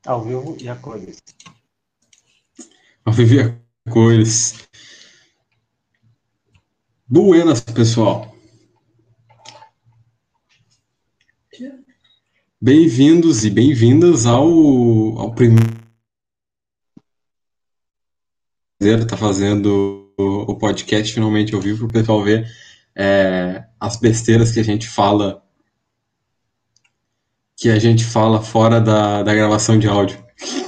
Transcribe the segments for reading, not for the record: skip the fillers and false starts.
Ao vivo e a cores. Ao vivo e a cores. Buenas, pessoal. Bem-vindos e bem-vindas ao primeiro tá fazendo o podcast finalmente ao vivo para o pessoal ver as besteiras que a gente fala fora da gravação de áudio.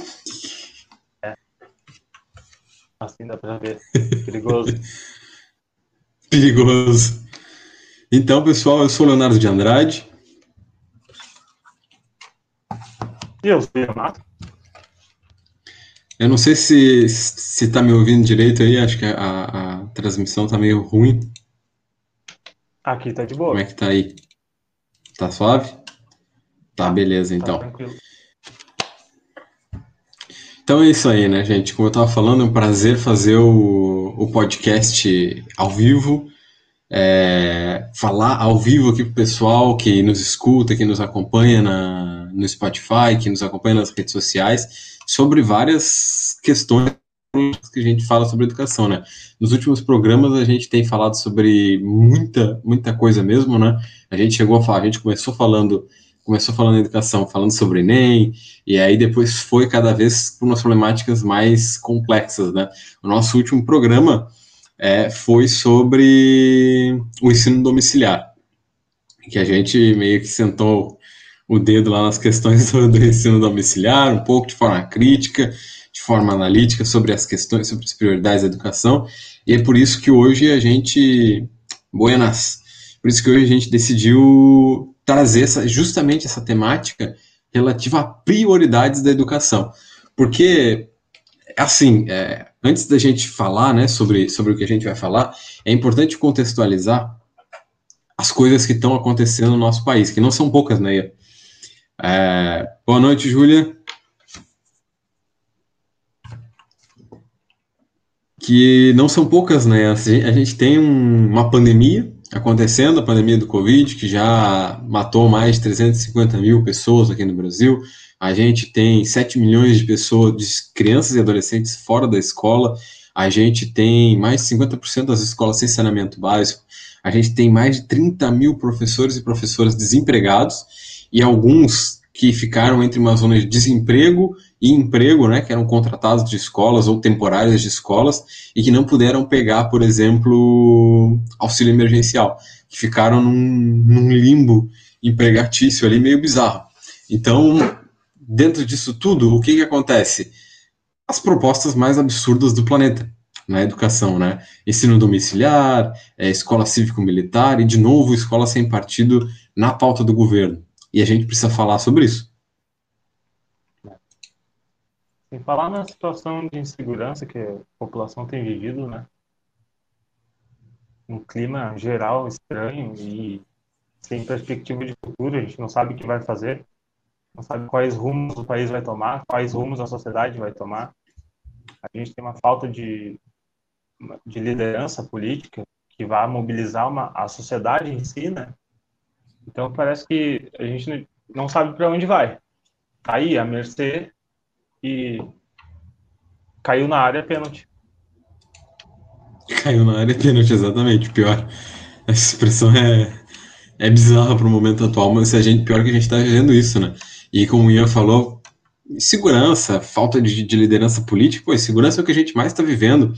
Assim dá pra ver. Perigoso. Perigoso. Então, pessoal, eu sou o Leonardo de Andrade. E eu sou o Yamato. Eu não sei se tá me ouvindo direito aí, acho que a transmissão tá meio ruim. Aqui tá de Como boa. é que tá aí? Tá suave? Tá, beleza, Tá então. tranquilo. Então é isso aí, né, gente? Como eu tava falando, é um prazer fazer o podcast ao vivo, falar ao vivo aqui pro pessoal que nos escuta, que nos acompanha no Spotify, que nos acompanha nas redes sociais, sobre várias questões que a gente fala sobre educação, né? Nos últimos programas a gente tem falado sobre muita coisa mesmo, né? A gente começou falando em educação, falando sobre Enem, e aí depois foi cada vez por umas problemáticas mais complexas, né? O nosso último programa foi sobre o ensino domiciliar, que a gente meio que sentou o dedo lá nas questões do ensino domiciliar, um pouco de forma crítica, de forma analítica sobre as questões, sobre as prioridades da educação, e é por isso que hoje a gente, buenas, por isso que hoje a gente decidiu trazer justamente essa temática relativa a prioridades da educação, porque assim, antes da gente falar, né, sobre o que a gente vai falar, é importante contextualizar as coisas que estão acontecendo no nosso país, que não são poucas, né? Boa noite, Júlia. Que não são poucas, né? A gente tem uma pandemia acontecendo, a pandemia do Covid, que já matou mais de 350 mil pessoas aqui no Brasil. A gente tem 7 milhões de pessoas, de crianças e adolescentes fora da escola. A gente tem mais de 50% das escolas sem saneamento básico. A gente tem mais de 30 mil professores e professoras desempregados e alguns que ficaram entre uma zona de desemprego e emprego, né, que eram contratados de escolas ou temporários de escolas e que não puderam pegar, por exemplo, auxílio emergencial, que ficaram num limbo empregatício ali meio bizarro. Então, dentro disso tudo, o que acontece? As propostas mais absurdas do planeta na educação, né? Ensino domiciliar, escola cívico-militar e, de novo, escola sem partido na pauta do governo. E a gente precisa falar sobre isso. Sem falar na situação de insegurança que a população tem vivido, né? Um clima geral estranho e sem perspectiva de futuro. A gente não sabe o que vai fazer, não sabe quais rumos o país vai tomar, quais rumos a sociedade vai tomar. A gente tem uma falta de liderança política que vai mobilizar a sociedade em si, né? Então parece que a gente não sabe para onde vai. Tá aí, a mercê, e caiu na área pênalti. Caiu na área pênalti, exatamente. Pior, essa expressão é bizarra para o momento atual, mas pior que a gente está vivendo isso, né? E como o Ian falou, segurança, falta de liderança política, pô, segurança é o que a gente mais está vivendo.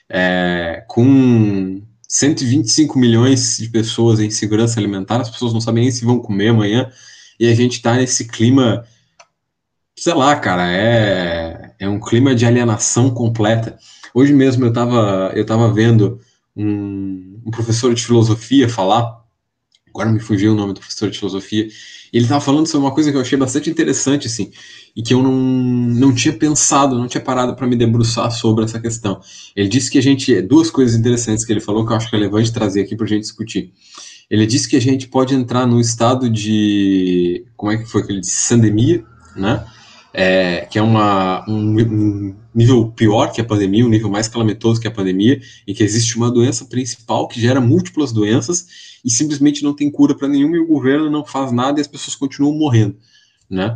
Com 125 milhões de pessoas em segurança alimentar, as pessoas não sabem nem se vão comer amanhã, e a gente está nesse clima, sei lá, cara, é um clima de alienação completa. Hoje mesmo eu tava vendo um professor de filosofia falar, agora me fugiu o nome do professor de filosofia, e ele estava falando sobre uma coisa que eu achei bastante interessante, assim, e que eu não tinha pensado, não tinha parado para me debruçar sobre essa questão. Ele disse que duas coisas interessantes que ele falou que eu acho relevante trazer aqui para a gente discutir. Ele disse que a gente pode entrar num estado de, como é que foi que ele disse, sandemia, né? Que é um nível pior que a pandemia, um nível mais calamitoso que a pandemia, em que existe uma doença principal que gera múltiplas doenças e simplesmente não tem cura para nenhuma e o governo não faz nada e as pessoas continuam morrendo, né?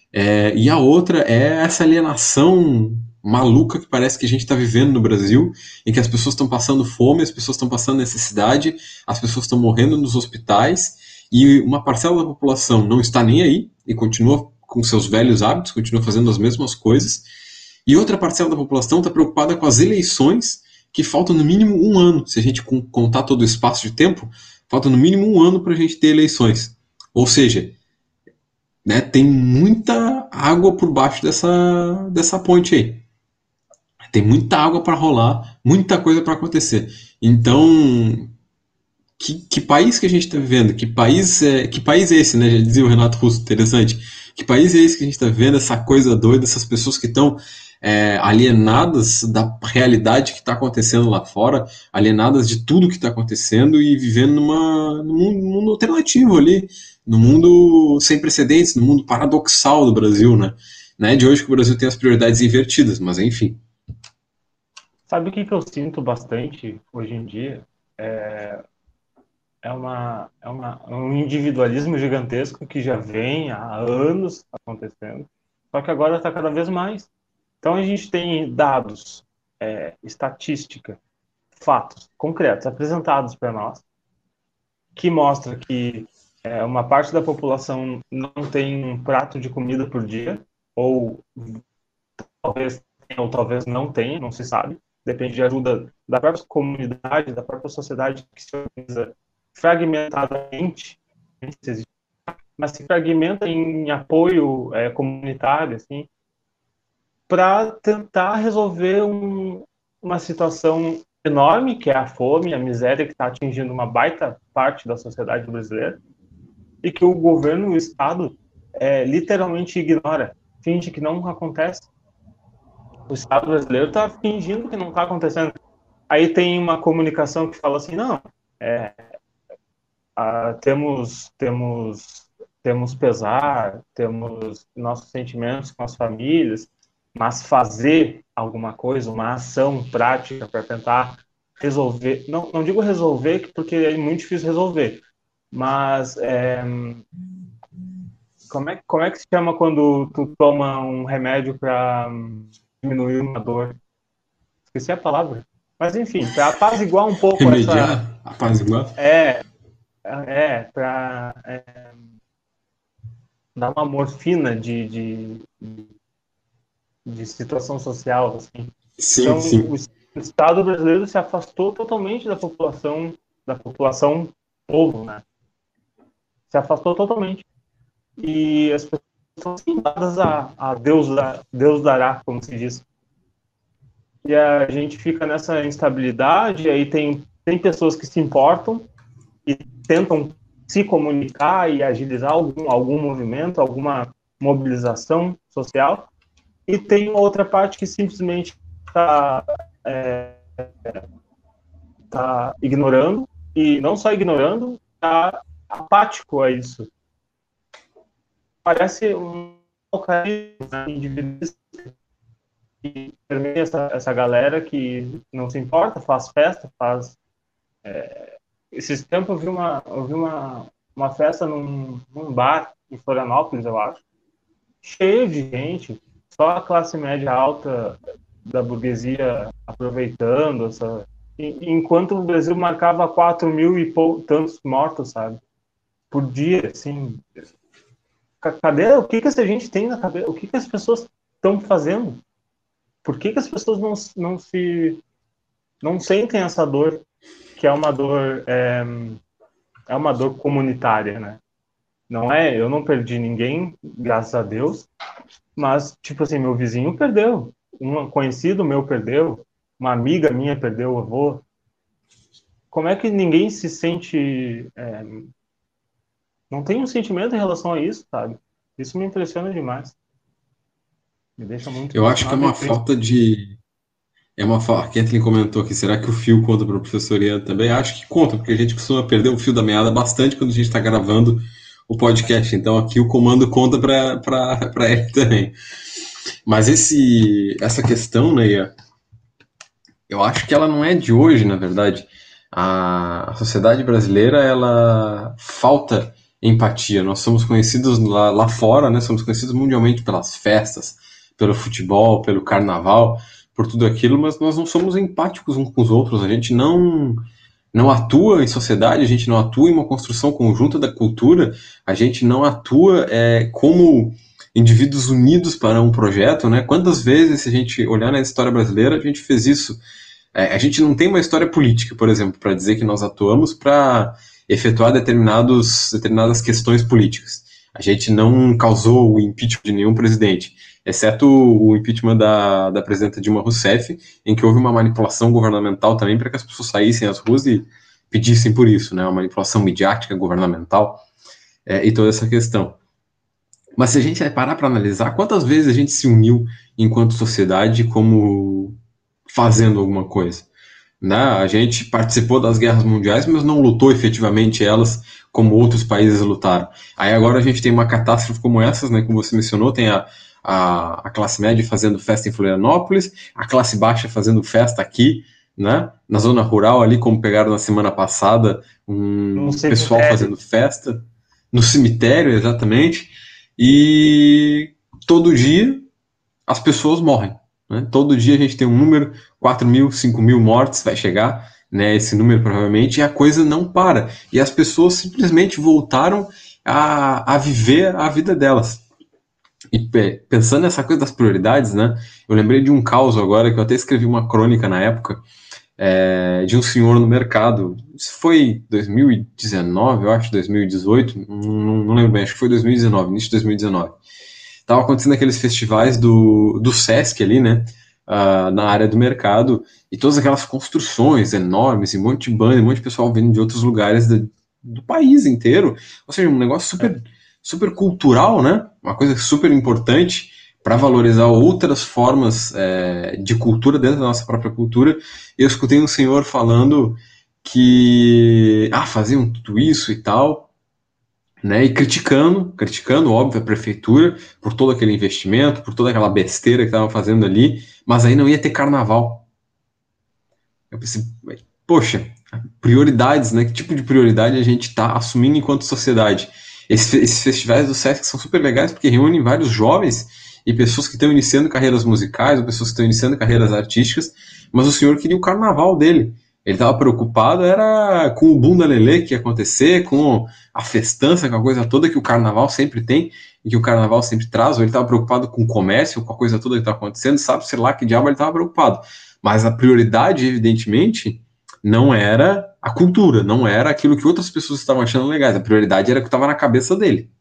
E a outra é essa alienação maluca que parece que a gente está vivendo no Brasil, em que as pessoas estão passando fome, as pessoas estão passando necessidade, as pessoas estão morrendo nos hospitais, e uma parcela da população não está nem aí e continua com seus velhos hábitos, continua fazendo as mesmas coisas, e outra parcela da população está preocupada com as eleições, que faltam no mínimo um ano. Se a gente contar todo o espaço de tempo, falta no mínimo um ano para a gente ter eleições. Ou seja, né, tem muita água por baixo dessa ponte aí. Tem muita água para rolar, muita coisa para acontecer. Então, que país que a gente está vivendo? Que país é esse, né? Já dizia o Renato Russo, interessante. Que país é esse que a gente está vendo? Essa coisa doida, essas pessoas que estão alienadas da realidade que está acontecendo lá fora, alienadas de tudo que está acontecendo e vivendo num mundo alternativo ali, num mundo sem precedentes, num mundo paradoxal do Brasil, né? Não é de hoje que o Brasil tem as prioridades invertidas, mas enfim. Sabe o que eu sinto bastante hoje em dia? Um individualismo gigantesco que já vem há anos acontecendo, só que agora está cada vez mais. Então a gente tem dados, estatística, fatos concretos apresentados para nós, que mostra que uma parte da população não tem um prato de comida por dia, ou talvez tenha, ou talvez não tenha, não se sabe. Depende de ajuda da própria comunidade, da própria sociedade que se organiza fragmentadamente, mas se fragmenta em apoio comunitário, assim, para tentar resolver uma situação enorme, que é a fome, a miséria que está atingindo uma baita parte da sociedade brasileira, e que o governo, o Estado, literalmente ignora, finge que não acontece. O Estado brasileiro está fingindo que não está acontecendo. Aí tem uma comunicação que fala assim, não, temos pesar, temos nossos sentimentos com as famílias, mas fazer alguma coisa, uma ação prática para tentar resolver, não digo resolver, porque é muito difícil resolver, mas como é que se chama quando tu toma um remédio para diminuir uma dor? Esqueci a palavra. Mas enfim, para apaziguar um pouco Remediar, apaziguar. Para dar uma morfina de situação social, assim. Sim, Então, sim. o Estado brasileiro se afastou totalmente da população povo, né? Se afastou totalmente. E as pessoas estão assim, dadas a Deus dará, como se diz. E a gente fica nessa instabilidade, aí tem pessoas que se importam e tentam se comunicar e agilizar algum movimento, alguma mobilização social, e tem outra parte que simplesmente está ignorando, e não só ignorando, está apático a isso. Parece um alcoolismo individualista que permeia essa galera que não se importa, faz festa, faz... Esses tempos eu vi uma festa num bar em Florianópolis, eu acho, cheio de gente, só a classe média alta da burguesia aproveitando enquanto o Brasil marcava 4 mil e tantos mortos, sabe, por dia, assim. Cadê? O que essa gente tem na cabeça? O que as pessoas estão fazendo? Por que as pessoas não sentem essa dor, que é uma dor comunitária, né? Não é, eu não perdi ninguém, graças a Deus, mas, tipo assim, meu vizinho perdeu, um conhecido meu perdeu, uma amiga minha perdeu o avô. Como é que ninguém se sente... não tem um sentimento em relação a isso, sabe? Isso me impressiona demais. Me deixa muito... Eu acho que é uma falta de... A Kathleen comentou aqui, será que o fio conta para o professor Ian também? Acho que conta, porque a gente costuma perder o fio da meada bastante quando a gente está gravando o podcast. Então aqui o comando conta para ele também. Mas essa questão, né, Ian, eu acho que ela não é de hoje, na verdade. A sociedade brasileira, ela falta empatia. Nós somos conhecidos lá fora, né? Somos conhecidos mundialmente pelas festas, pelo futebol, pelo carnaval, por tudo aquilo, mas nós não somos empáticos uns com os outros. A gente não atua em sociedade, a gente não atua em uma construção conjunta da cultura, a gente não atua como indivíduos unidos para um projeto, né? Quantas vezes, se a gente olhar na história brasileira, a gente fez isso? A gente não tem uma história política, por exemplo, para dizer que nós atuamos para efetuar determinadas questões políticas. A gente não causou o impeachment de nenhum presidente, exceto o impeachment da presidenta Dilma Rousseff, em que houve uma manipulação governamental também para que as pessoas saíssem às ruas e pedissem por isso, né? Uma manipulação midiática governamental e toda essa questão. Mas se a gente vai parar para analisar, quantas vezes a gente se uniu enquanto sociedade como fazendo alguma coisa? Né? A gente participou das guerras mundiais, mas não lutou efetivamente elas como outros países lutaram. Aí agora a gente tem uma catástrofe como essas, né, como você mencionou, tem a classe média fazendo festa em Florianópolis, a classe baixa fazendo festa aqui, né, na zona rural ali, como pegaram na semana passada, um pessoal fazendo festa, no cemitério, exatamente, e todo dia as pessoas morrem. Né? Todo dia a gente tem um número, 4 mil, 5 mil mortes, vai chegar, né, esse número provavelmente, e a coisa não para. E as pessoas simplesmente voltaram a viver a vida delas. E pensando nessa coisa das prioridades, né, eu lembrei de um caos agora, que eu até escrevi uma crônica na época, de um senhor no mercado. Isso foi 2019, eu acho, 2018, não lembro bem, acho que foi 2019, início de 2019. Tava acontecendo aqueles festivais do Sesc ali, né? Na área do mercado, e todas aquelas construções enormes, e um monte de banda, um monte de pessoal vindo de outros lugares do país inteiro. Ou seja, um negócio super, super cultural, né? Uma coisa super importante para valorizar outras formas de cultura dentro da nossa própria cultura. Eu escutei um senhor falando que faziam tudo isso e tal, né, e criticando, óbvio, a prefeitura por todo aquele investimento, por toda aquela besteira que estavam fazendo ali, mas aí não ia ter carnaval. Eu pensei, poxa, prioridades, né? Que tipo de prioridade a gente está assumindo enquanto sociedade? Esses festivais do Sesc são super legais porque reúnem vários jovens e pessoas que estão iniciando carreiras musicais, ou pessoas que estão iniciando carreiras artísticas, mas o senhor queria o carnaval dele. Ele estava preocupado era com o bunda lelê que ia acontecer, com a festança, com a coisa toda que o carnaval sempre tem e que o carnaval sempre traz, ou ele estava preocupado com o comércio, com a coisa toda que está acontecendo, sabe, sei lá que diabo ele estava preocupado. Mas a prioridade, evidentemente, não era a cultura, não era aquilo que outras pessoas estavam achando legais, a prioridade era o que estava na cabeça dele.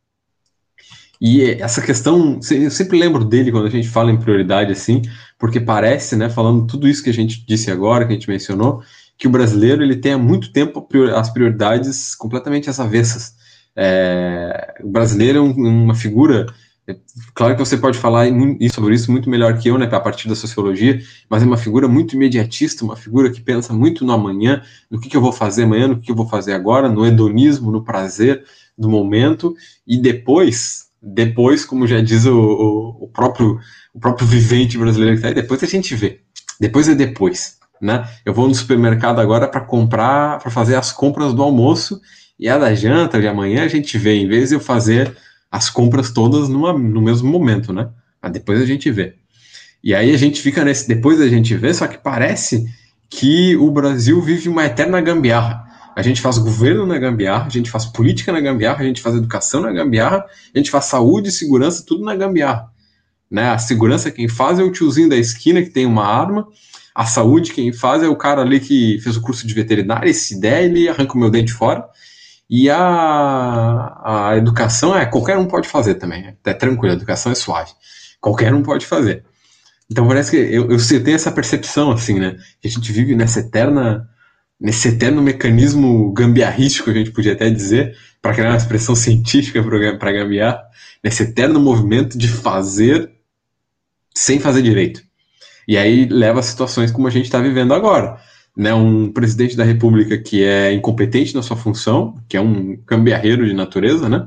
E essa questão, eu sempre lembro dele quando a gente fala em prioridade assim, porque parece, né, falando tudo isso que a gente disse agora, que a gente mencionou, que o brasileiro ele tem há muito tempo as prioridades completamente às avessas. O brasileiro é uma figura, claro que você pode falar sobre isso muito melhor que eu, né, a partir da sociologia, mas é uma figura muito imediatista, uma figura que pensa muito no amanhã, no que eu vou fazer amanhã, no que eu vou fazer agora, no hedonismo, no prazer do momento, e depois, como já diz o próprio vivente brasileiro que tá aí, depois a gente vê. Depois é depois, né? Eu vou no supermercado agora para comprar, para fazer as compras do almoço e a da janta de amanhã a gente vê, em vez de eu fazer as compras todas no mesmo momento, né? Mas depois a gente vê. E aí a gente fica nesse depois a gente vê, só que parece que o Brasil vive uma eterna gambiarra. A gente faz governo na gambiarra, a gente faz política na gambiarra, a gente faz educação na gambiarra, a gente faz saúde e segurança, tudo na gambiarra. Né? A segurança quem faz é o tiozinho da esquina que tem uma arma, a saúde quem faz é o cara ali que fez o curso de veterinária, e se der ele arranca o meu dente fora, e a educação qualquer um pode fazer também, é tranquilo, a educação é suave, qualquer um pode fazer. Então parece que eu tenho essa percepção, assim, né? Que a gente vive nesse eterno mecanismo gambiarrístico, a gente podia até dizer, para criar uma expressão científica para gambiar, nesse eterno movimento de fazer sem fazer direito. E aí leva a situações como a gente está vivendo agora. Né? Um presidente da República que é incompetente na sua função, que é um gambiarreiro de natureza, né?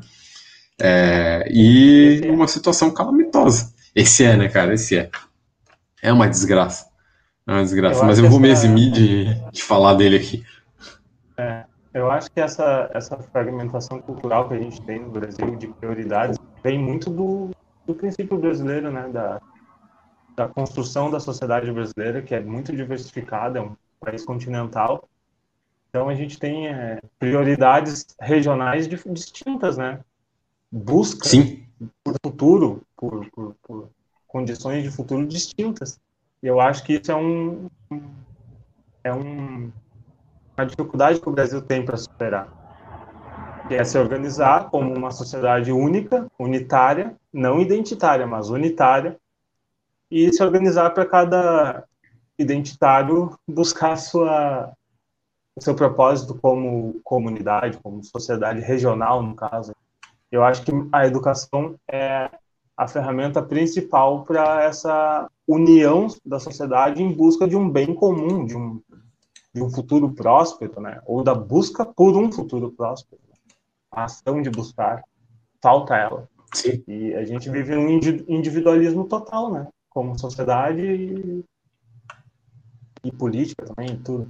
E uma situação calamitosa. Esse né, cara? Esse é. É uma desgraça. É uma desgraça. Mas eu vou me eximir de falar dele aqui. Eu acho que essa fragmentação cultural que a gente tem no Brasil de prioridades vem muito do princípio brasileiro, né? Da construção da sociedade brasileira, que é muito diversificada, é um país continental. Então a gente tem prioridades regionais distintas, né? Busca Sim, por futuro, por condições de futuro distintas. E eu acho que isso uma dificuldade que o Brasil tem para superar, que é se organizar como uma sociedade única, unitária, não identitária, mas unitária, e se organizar para cada identitário buscar o seu propósito como comunidade, como sociedade regional, no caso. Eu acho que a educação é a ferramenta principal para essa união da sociedade em busca de um bem comum, de um futuro próspero, né? Ou da busca por um futuro próspero. A ação de buscar, falta ela. sim. E a gente vive um individualismo total, né? Como sociedade e política também, tudo.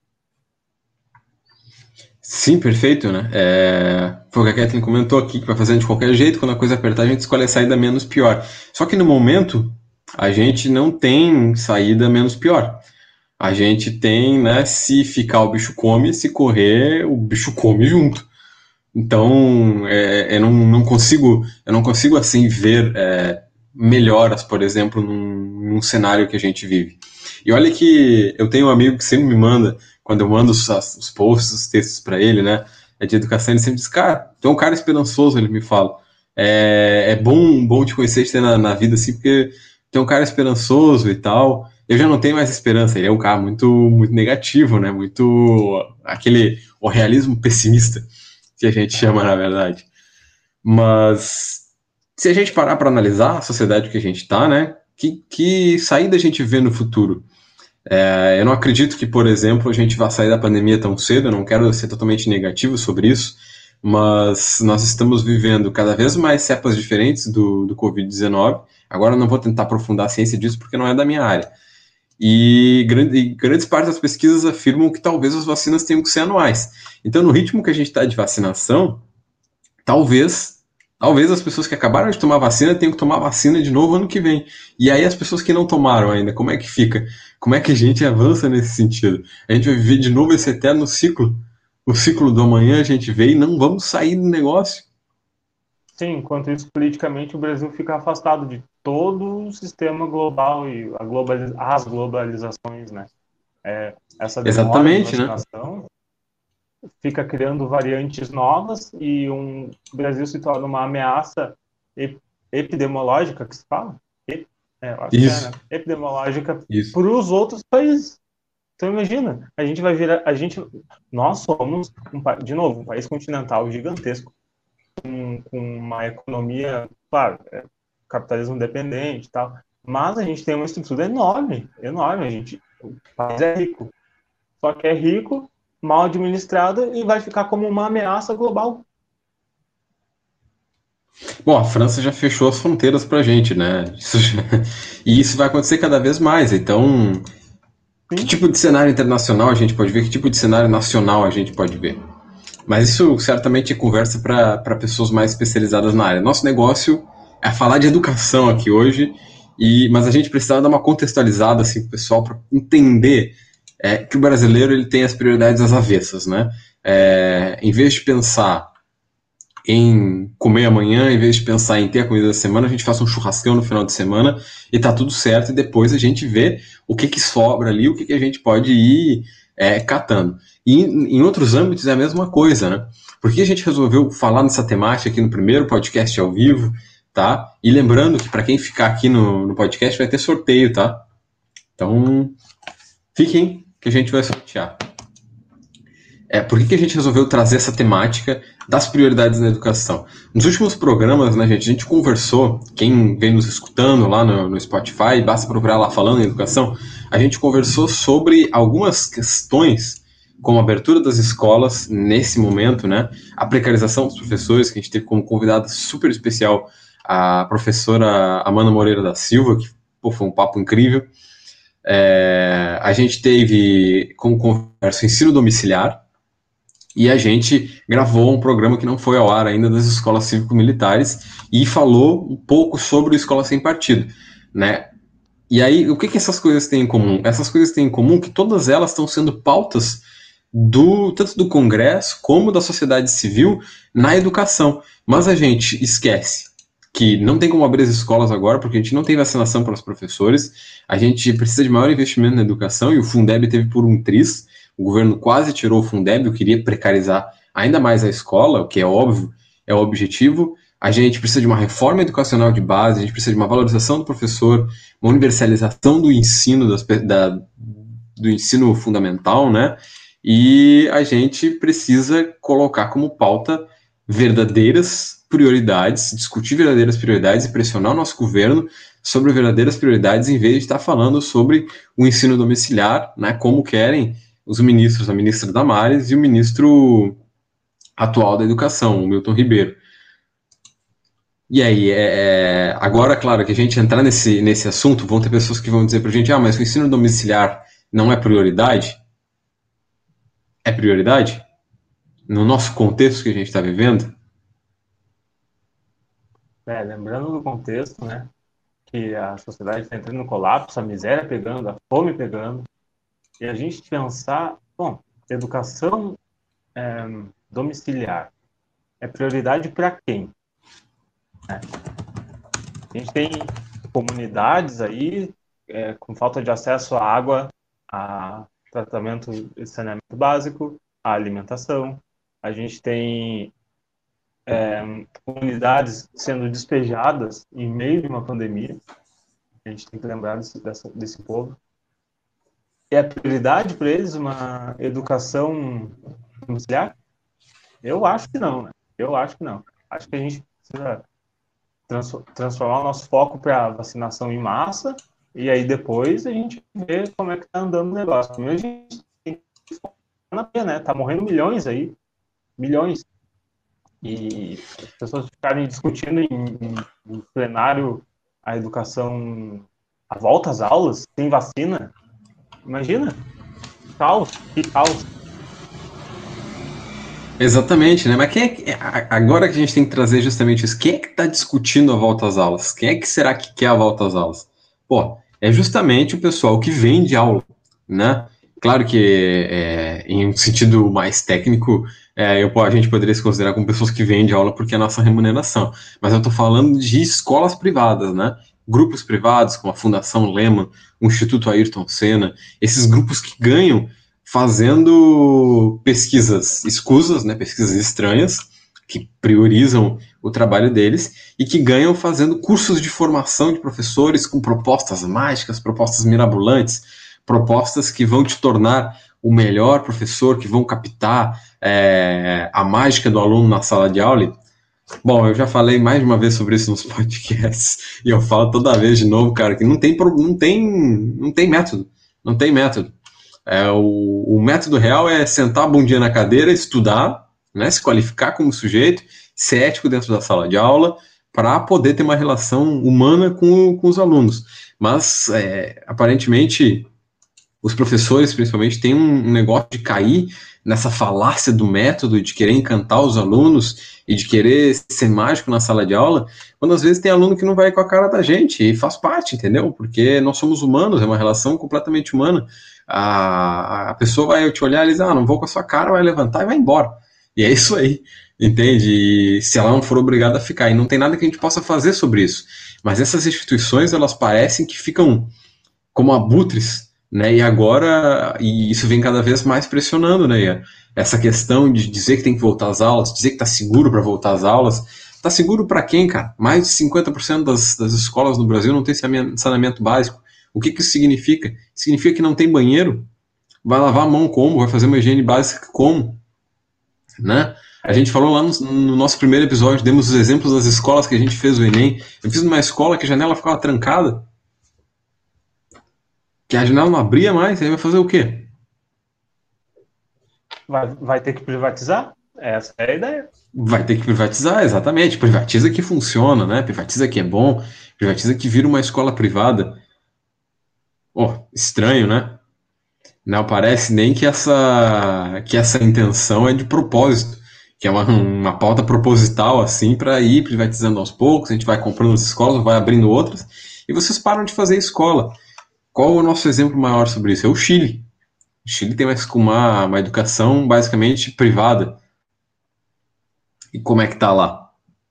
Sim, perfeito, né? Foi o que a Kathleen comentou aqui, que vai fazendo de qualquer jeito, quando a coisa apertar, a gente escolhe a saída menos pior. Só que no momento, a gente não tem saída menos pior. A gente tem, né, se ficar o bicho come, se correr, o bicho come junto. Então, eu não consigo assim ver melhoras, por exemplo, num cenário que a gente vive. E olha que eu tenho um amigo que sempre me manda, quando eu mando os posts, os textos para ele, né, de educação, ele sempre diz, cara, tu é um cara esperançoso, ele me fala. É bom te conhecer, te ter na vida, assim, porque tu é um cara esperançoso e tal. Eu já não tenho mais esperança, ele é um cara muito negativo, né, o realismo pessimista que a gente chama, na verdade. Mas se a gente parar para analisar a sociedade que a gente está, né, que saída a gente vê no futuro? Eu não acredito que, por exemplo, a gente vá sair da pandemia tão cedo, eu não quero ser totalmente negativo sobre isso, mas nós estamos vivendo cada vez mais cepas diferentes do Covid-19. Agora eu não vou tentar aprofundar a ciência disso porque não é da minha área. E grandes partes das pesquisas afirmam que talvez as vacinas tenham que ser anuais. Então, no ritmo que a gente está de vacinação, talvez as pessoas que acabaram de tomar vacina tenham que tomar vacina de novo ano que vem. E aí as pessoas que não tomaram ainda, como é que fica? Como é que a gente avança nesse sentido? A gente vai viver de novo esse eterno ciclo. O ciclo do amanhã a gente vê e não vamos sair do negócio. Sim, enquanto isso, politicamente, o Brasil fica afastado de todo o sistema global e as globalizações, né? Essa demora de Exatamente, né? vacinação fica criando variantes novas e o Brasil se torna uma ameaça epidemiológica, que se fala? Eu acho que Isso, né? Epidemiológica isso. para os outros países. Então imagina, a gente vai virar, nós somos de novo um país continental gigantesco com uma economia, claro, capitalismo dependente e tal, mas a gente tem uma estrutura enorme, enorme, o país é rico, só que é rico, mal administrado e vai ficar como uma ameaça global. Bom, a França já fechou as fronteiras pra gente, né? E isso vai acontecer cada vez mais. Então, que Sim, tipo de cenário internacional a gente pode ver? Que tipo de cenário nacional a gente pode ver? Mas isso certamente é conversa para pessoas mais especializadas na área. Nosso negócio é falar de educação aqui hoje, mas a gente precisava dar uma contextualizada assim, para o pessoal para entender que o brasileiro ele tem as prioridades às avessas. Né? Em vez de pensar em comer amanhã, em vez de pensar em ter a comida da semana, a gente faz um churrascão no final de semana e tá tudo certo, e depois a gente vê o que sobra ali, o que a gente pode ir catando. E em outros âmbitos é a mesma coisa, né? Por que a gente resolveu falar nessa temática aqui no primeiro podcast ao vivo, tá? E lembrando que para quem ficar aqui no podcast vai ter sorteio, tá? Então, fiquem que a gente vai sortear. Por que a gente resolveu trazer essa temática das prioridades na educação? Nos últimos programas, né, gente, a gente conversou, quem vem nos escutando lá no Spotify, basta procurar lá falando em educação, a gente conversou sobre algumas questões, como a abertura das escolas nesse momento, né, a precarização dos professores, que a gente teve como convidada super especial a professora Amanda Moreira da Silva, que foi um papo incrível. A gente teve como conversa o ensino domiciliar, E a gente gravou um programa que não foi ao ar ainda das escolas cívico-militares e falou um pouco sobre a escola sem partido, né? E aí, o que que essas coisas têm em comum? Essas coisas têm em comum que todas elas estão sendo pautas tanto do Congresso como da sociedade civil na educação. Mas a gente esquece que não tem como abrir as escolas agora, porque a gente não tem vacinação para os professores, a gente precisa de maior investimento na educação, e o Fundeb teve por um triz, o governo quase tirou o Fundeb, eu queria precarizar ainda mais a escola, o que é óbvio, é o objetivo. A gente precisa de uma reforma educacional de base, a gente precisa de uma valorização do professor, uma universalização do ensino, do ensino fundamental, né? E a gente precisa colocar como pauta verdadeiras prioridades, discutir verdadeiras prioridades e pressionar o nosso governo sobre verdadeiras prioridades, em vez de estar falando sobre o ensino domiciliar, né, como querem os ministros, a ministra Damares e o ministro atual da Educação, o Milton Ribeiro. E aí, agora, claro, que a gente entrar nesse assunto, vão ter pessoas que vão dizer para a gente, mas o ensino domiciliar não é prioridade? É prioridade? No nosso contexto que a gente está vivendo? Lembrando do contexto, né, que a sociedade está entrando no colapso, a miséria pegando, a fome pegando, e a gente pensar, bom, educação domiciliar é prioridade para quem? A gente tem comunidades aí com falta de acesso à água, a tratamento e saneamento básico, à alimentação. A gente tem comunidades sendo despejadas em meio de uma pandemia. A gente tem que lembrar desse povo. É prioridade para eles uma educação domiciliar? Eu acho que não, né? Eu acho que não. Acho que a gente precisa transformar o nosso foco para vacinação em massa, e aí depois a gente vê como é que está andando o negócio. Primeiro a gente tem que focar na pena, né? Tá morrendo milhões aí, milhões. E as pessoas ficarem discutindo em plenário a educação, a volta às aulas, sem vacina. Imagina, caos, que caos. Exatamente, né? Mas agora que a gente tem que trazer justamente isso, quem é que está discutindo a volta às aulas? Quem é que será que quer a volta às aulas? Pô, é justamente o pessoal que vende aula, né? Claro que em um sentido mais técnico, a gente poderia se considerar como pessoas que vendem aula porque é a nossa remuneração. Mas eu estou falando de escolas privadas, né? Grupos privados, como a Fundação Lehman, o Instituto Ayrton Senna, esses grupos que ganham fazendo pesquisas escusas, né, pesquisas estranhas, que priorizam o trabalho deles e que ganham fazendo cursos de formação de professores com propostas mágicas, propostas mirabolantes, propostas que vão te tornar o melhor professor, que vão captar a mágica do aluno na sala de aula. Bom, eu já falei mais de uma vez sobre isso nos podcasts e eu falo toda vez de novo, cara, que não tem método, não tem método. O método real é sentar a bundinha na cadeira, estudar, né, se qualificar como sujeito, ser ético dentro da sala de aula, para poder ter uma relação humana com os alunos. Mas, aparentemente, os professores, principalmente, têm um negócio de cair nessa falácia do método, de querer encantar os alunos e de querer ser mágico na sala de aula, quando às vezes tem aluno que não vai com a cara da gente, e faz parte, entendeu? Porque nós somos humanos, é uma relação completamente humana. A pessoa vai te olhar e diz, não vou com a sua cara, vai levantar e vai embora. E é isso aí, entende? E se ela não for obrigada a ficar, e não tem nada que a gente possa fazer sobre isso. Mas essas instituições, elas parecem que ficam como abutres, né? E isso vem cada vez mais pressionando, né, Ian? Essa questão de dizer que tem que voltar às aulas, dizer que está seguro para voltar às aulas. Está seguro para quem, cara? Mais de 50% das escolas no Brasil não tem saneamento básico. O que isso significa? Significa que não tem banheiro? Vai lavar a mão como? Vai fazer uma higiene básica como? Né? A gente falou lá no nosso primeiro episódio, demos os exemplos das escolas que a gente fez o Enem. Eu fiz numa escola que a janela ficava trancada, que a janela não abria mais, aí vai fazer o quê? Vai ter que privatizar? Essa é a ideia. Vai ter que privatizar, exatamente. Privatiza que funciona, né? Privatiza que é bom, privatiza que vira uma escola privada. Estranho, né? Não parece nem que essa intenção é de propósito, que é uma pauta proposital, assim, para ir privatizando aos poucos, a gente vai comprando as escolas, vai abrindo outras, e vocês param de fazer escola. Qual o nosso exemplo maior sobre isso? É o Chile. O Chile tem uma educação basicamente privada. E como é que tá lá?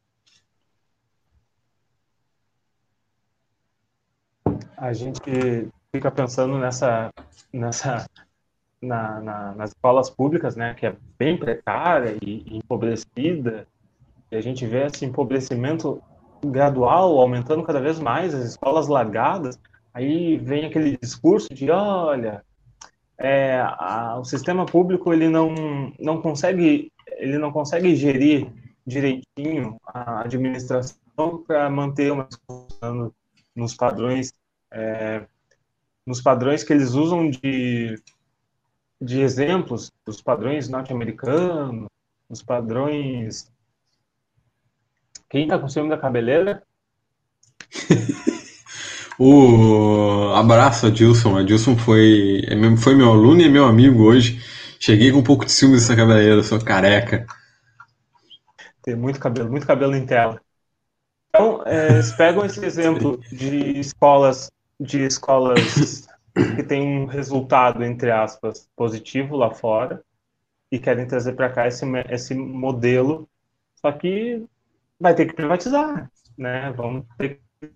A gente fica pensando nessa nas escolas públicas, né, que é bem precária e empobrecida, e a gente vê esse empobrecimento gradual, aumentando cada vez mais, as escolas largadas, aí vem aquele discurso de, olha, o sistema público ele não consegue gerir direitinho a administração para manter uma funcionando nos padrões nos padrões que eles usam de exemplos, os padrões norte-americanos, os padrões. Quem está com ciúme da cabeleira? O abraço, Adilson. Adilson foi meu aluno e é meu amigo hoje. Cheguei com um pouco de ciúme dessa cabeleira, sou careca. Tem muito cabelo em tela. Então, eles pegam esse exemplo de escolas que têm um resultado, entre aspas, positivo lá fora e querem trazer para cá esse modelo, só que vai ter que privatizar, né? Vamos ter que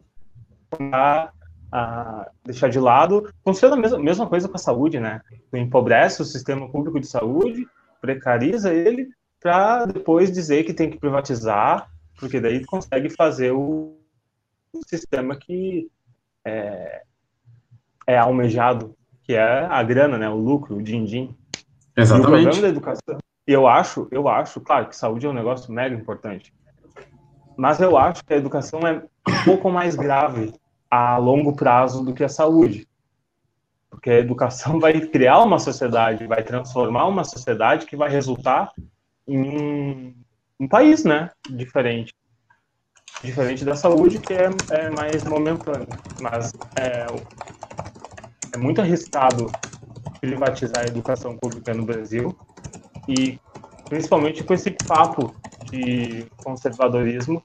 deixar de lado. Funciona a mesma coisa com a saúde, né? Tu empobrece o sistema público de saúde, precariza ele, para depois dizer que tem que privatizar, porque daí tu consegue fazer o sistema que é almejado, que é a grana, né? O lucro, o din-din. E o problema da Exatamente. educação, eu acho, claro que saúde é um negócio mega importante, mas eu acho que a educação é um pouco mais grave a longo prazo do que a saúde, porque a educação vai criar uma sociedade, vai transformar uma sociedade que vai resultar em um país, né, diferente da saúde, que é mais momentâneo, mas é muito arriscado privatizar a educação pública no Brasil, e principalmente com esse papo de conservadorismo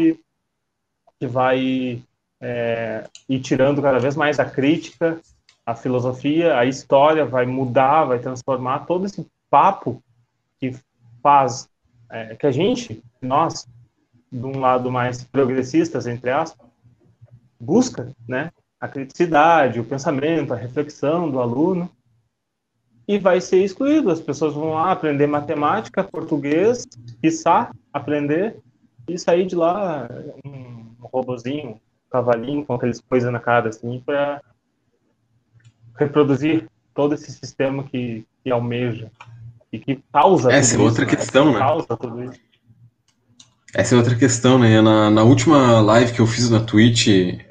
que vai ir tirando cada vez mais a crítica, a filosofia, a história, vai mudar, vai transformar todo esse papo que faz que nós, de um lado mais progressistas, entre aspas, busca, né, a criticidade, o pensamento, a reflexão do aluno, e vai ser excluído. As pessoas vão lá aprender matemática, português, quiçá aprender, e sair de lá um robozinho, um cavalinho com aquelas coisas na cara, assim, para reproduzir todo esse sistema que almeja e que causa Essa é tudo outra isso, né? Que questão, né? causa tudo isso. Essa é outra questão, né? Na última live que eu fiz na Twitch,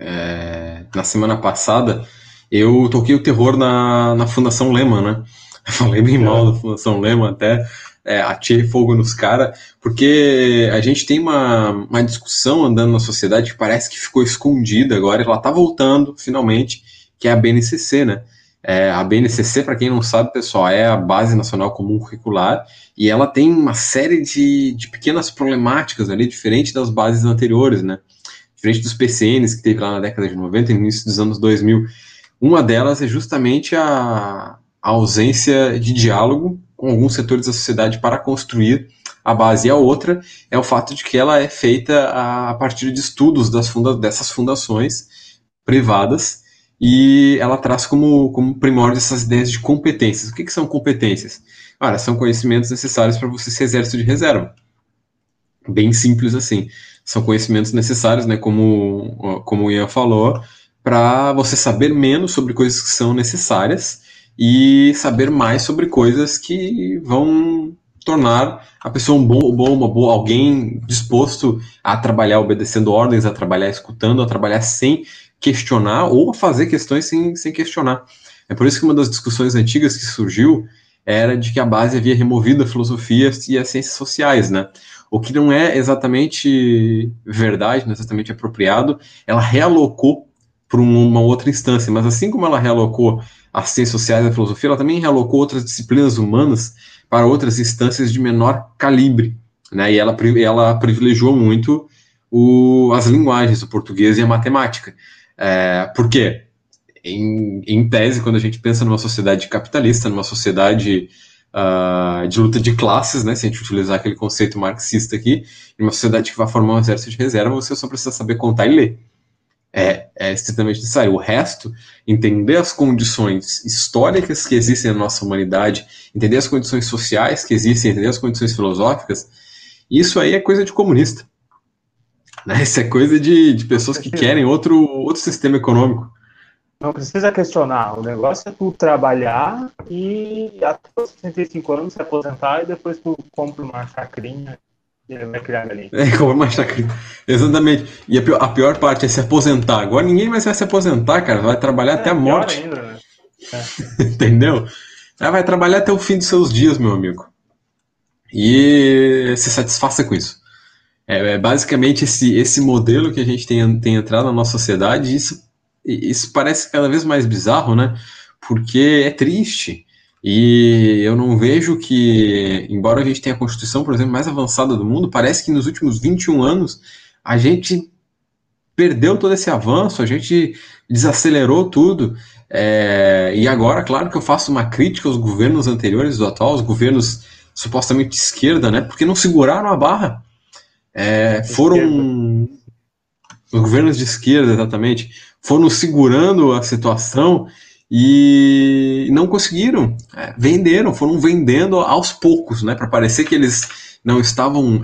na semana passada, eu toquei o terror na Fundação Lehman, né? Eu falei bem mal da Fundação Lehman, até atirei fogo nos caras, porque a gente tem uma discussão andando na sociedade que parece que ficou escondida agora, ela tá voltando, finalmente, que é a BNCC, né? A BNCC, para quem não sabe, pessoal, é a Base Nacional Comum Curricular, e ela tem uma série de pequenas problemáticas ali, diferente das bases anteriores, né? Diferente dos PCNs que teve lá na década de 90 e no início dos anos 2000. Uma delas é justamente a ausência de diálogo com alguns setores da sociedade para construir a base. E a outra é o fato de que ela é feita a partir de estudos dessas fundações privadas, e ela traz como primórdio essas ideias de competências. O que são competências? Cara, são conhecimentos necessários para você ser exército de reserva. Bem simples assim. São conhecimentos necessários, né, como o Ian falou, para você saber menos sobre coisas que são necessárias e saber mais sobre coisas que vão tornar a pessoa alguém disposto a trabalhar obedecendo ordens, a trabalhar escutando, a trabalhar sem questionar ou a fazer questões sem questionar. É por isso que uma das discussões antigas que surgiu era de que a base havia removido a filosofia e as ciências sociais, né? O que não é exatamente verdade, não é exatamente apropriado. Ela realocou para uma outra instância. Mas assim como ela realocou as ciências sociais e a filosofia, ela também realocou outras disciplinas humanas para outras instâncias de menor calibre, né? E ela privilegiou muito as linguagens, o português e a matemática. Por quê? Em tese, quando a gente pensa numa sociedade capitalista, numa sociedade de luta de classes, né, se a gente utilizar aquele conceito marxista aqui, em uma sociedade que vai formar um exército de reserva, você só precisa saber contar e ler. É estritamente necessário. O resto, entender as condições históricas que existem na nossa humanidade, entender as condições sociais que existem, entender as condições filosóficas, isso aí é coisa de comunista. Né? Isso é coisa de pessoas que querem outro sistema econômico. Não precisa questionar. O negócio é tu trabalhar e até os 65 anos se aposentar e depois tu compra uma chacrinha e vai criar galinha. Compra uma chacrinha. Exatamente. E a pior parte é se aposentar. Agora ninguém mais vai se aposentar, cara. Vai trabalhar até a Pior morte. ainda, né? Entendeu? Vai trabalhar até o fim dos seus dias, meu amigo. E se satisfaça com isso. Basicamente esse modelo que a gente tem entrado na nossa sociedade, isso parece cada vez mais bizarro, né? Porque é triste. E eu não vejo que, embora a gente tenha a Constituição, por exemplo, mais avançada do mundo, parece que nos últimos 21 anos a gente perdeu todo esse avanço, a gente desacelerou tudo. E agora, claro que eu faço uma crítica aos governos anteriores do atual, os governos supostamente de esquerda, né? Porque não seguraram a barra. Foram os governos de esquerda, exatamente, foram segurando a situação e não conseguiram, foram vendendo aos poucos, né, para parecer que eles não estavam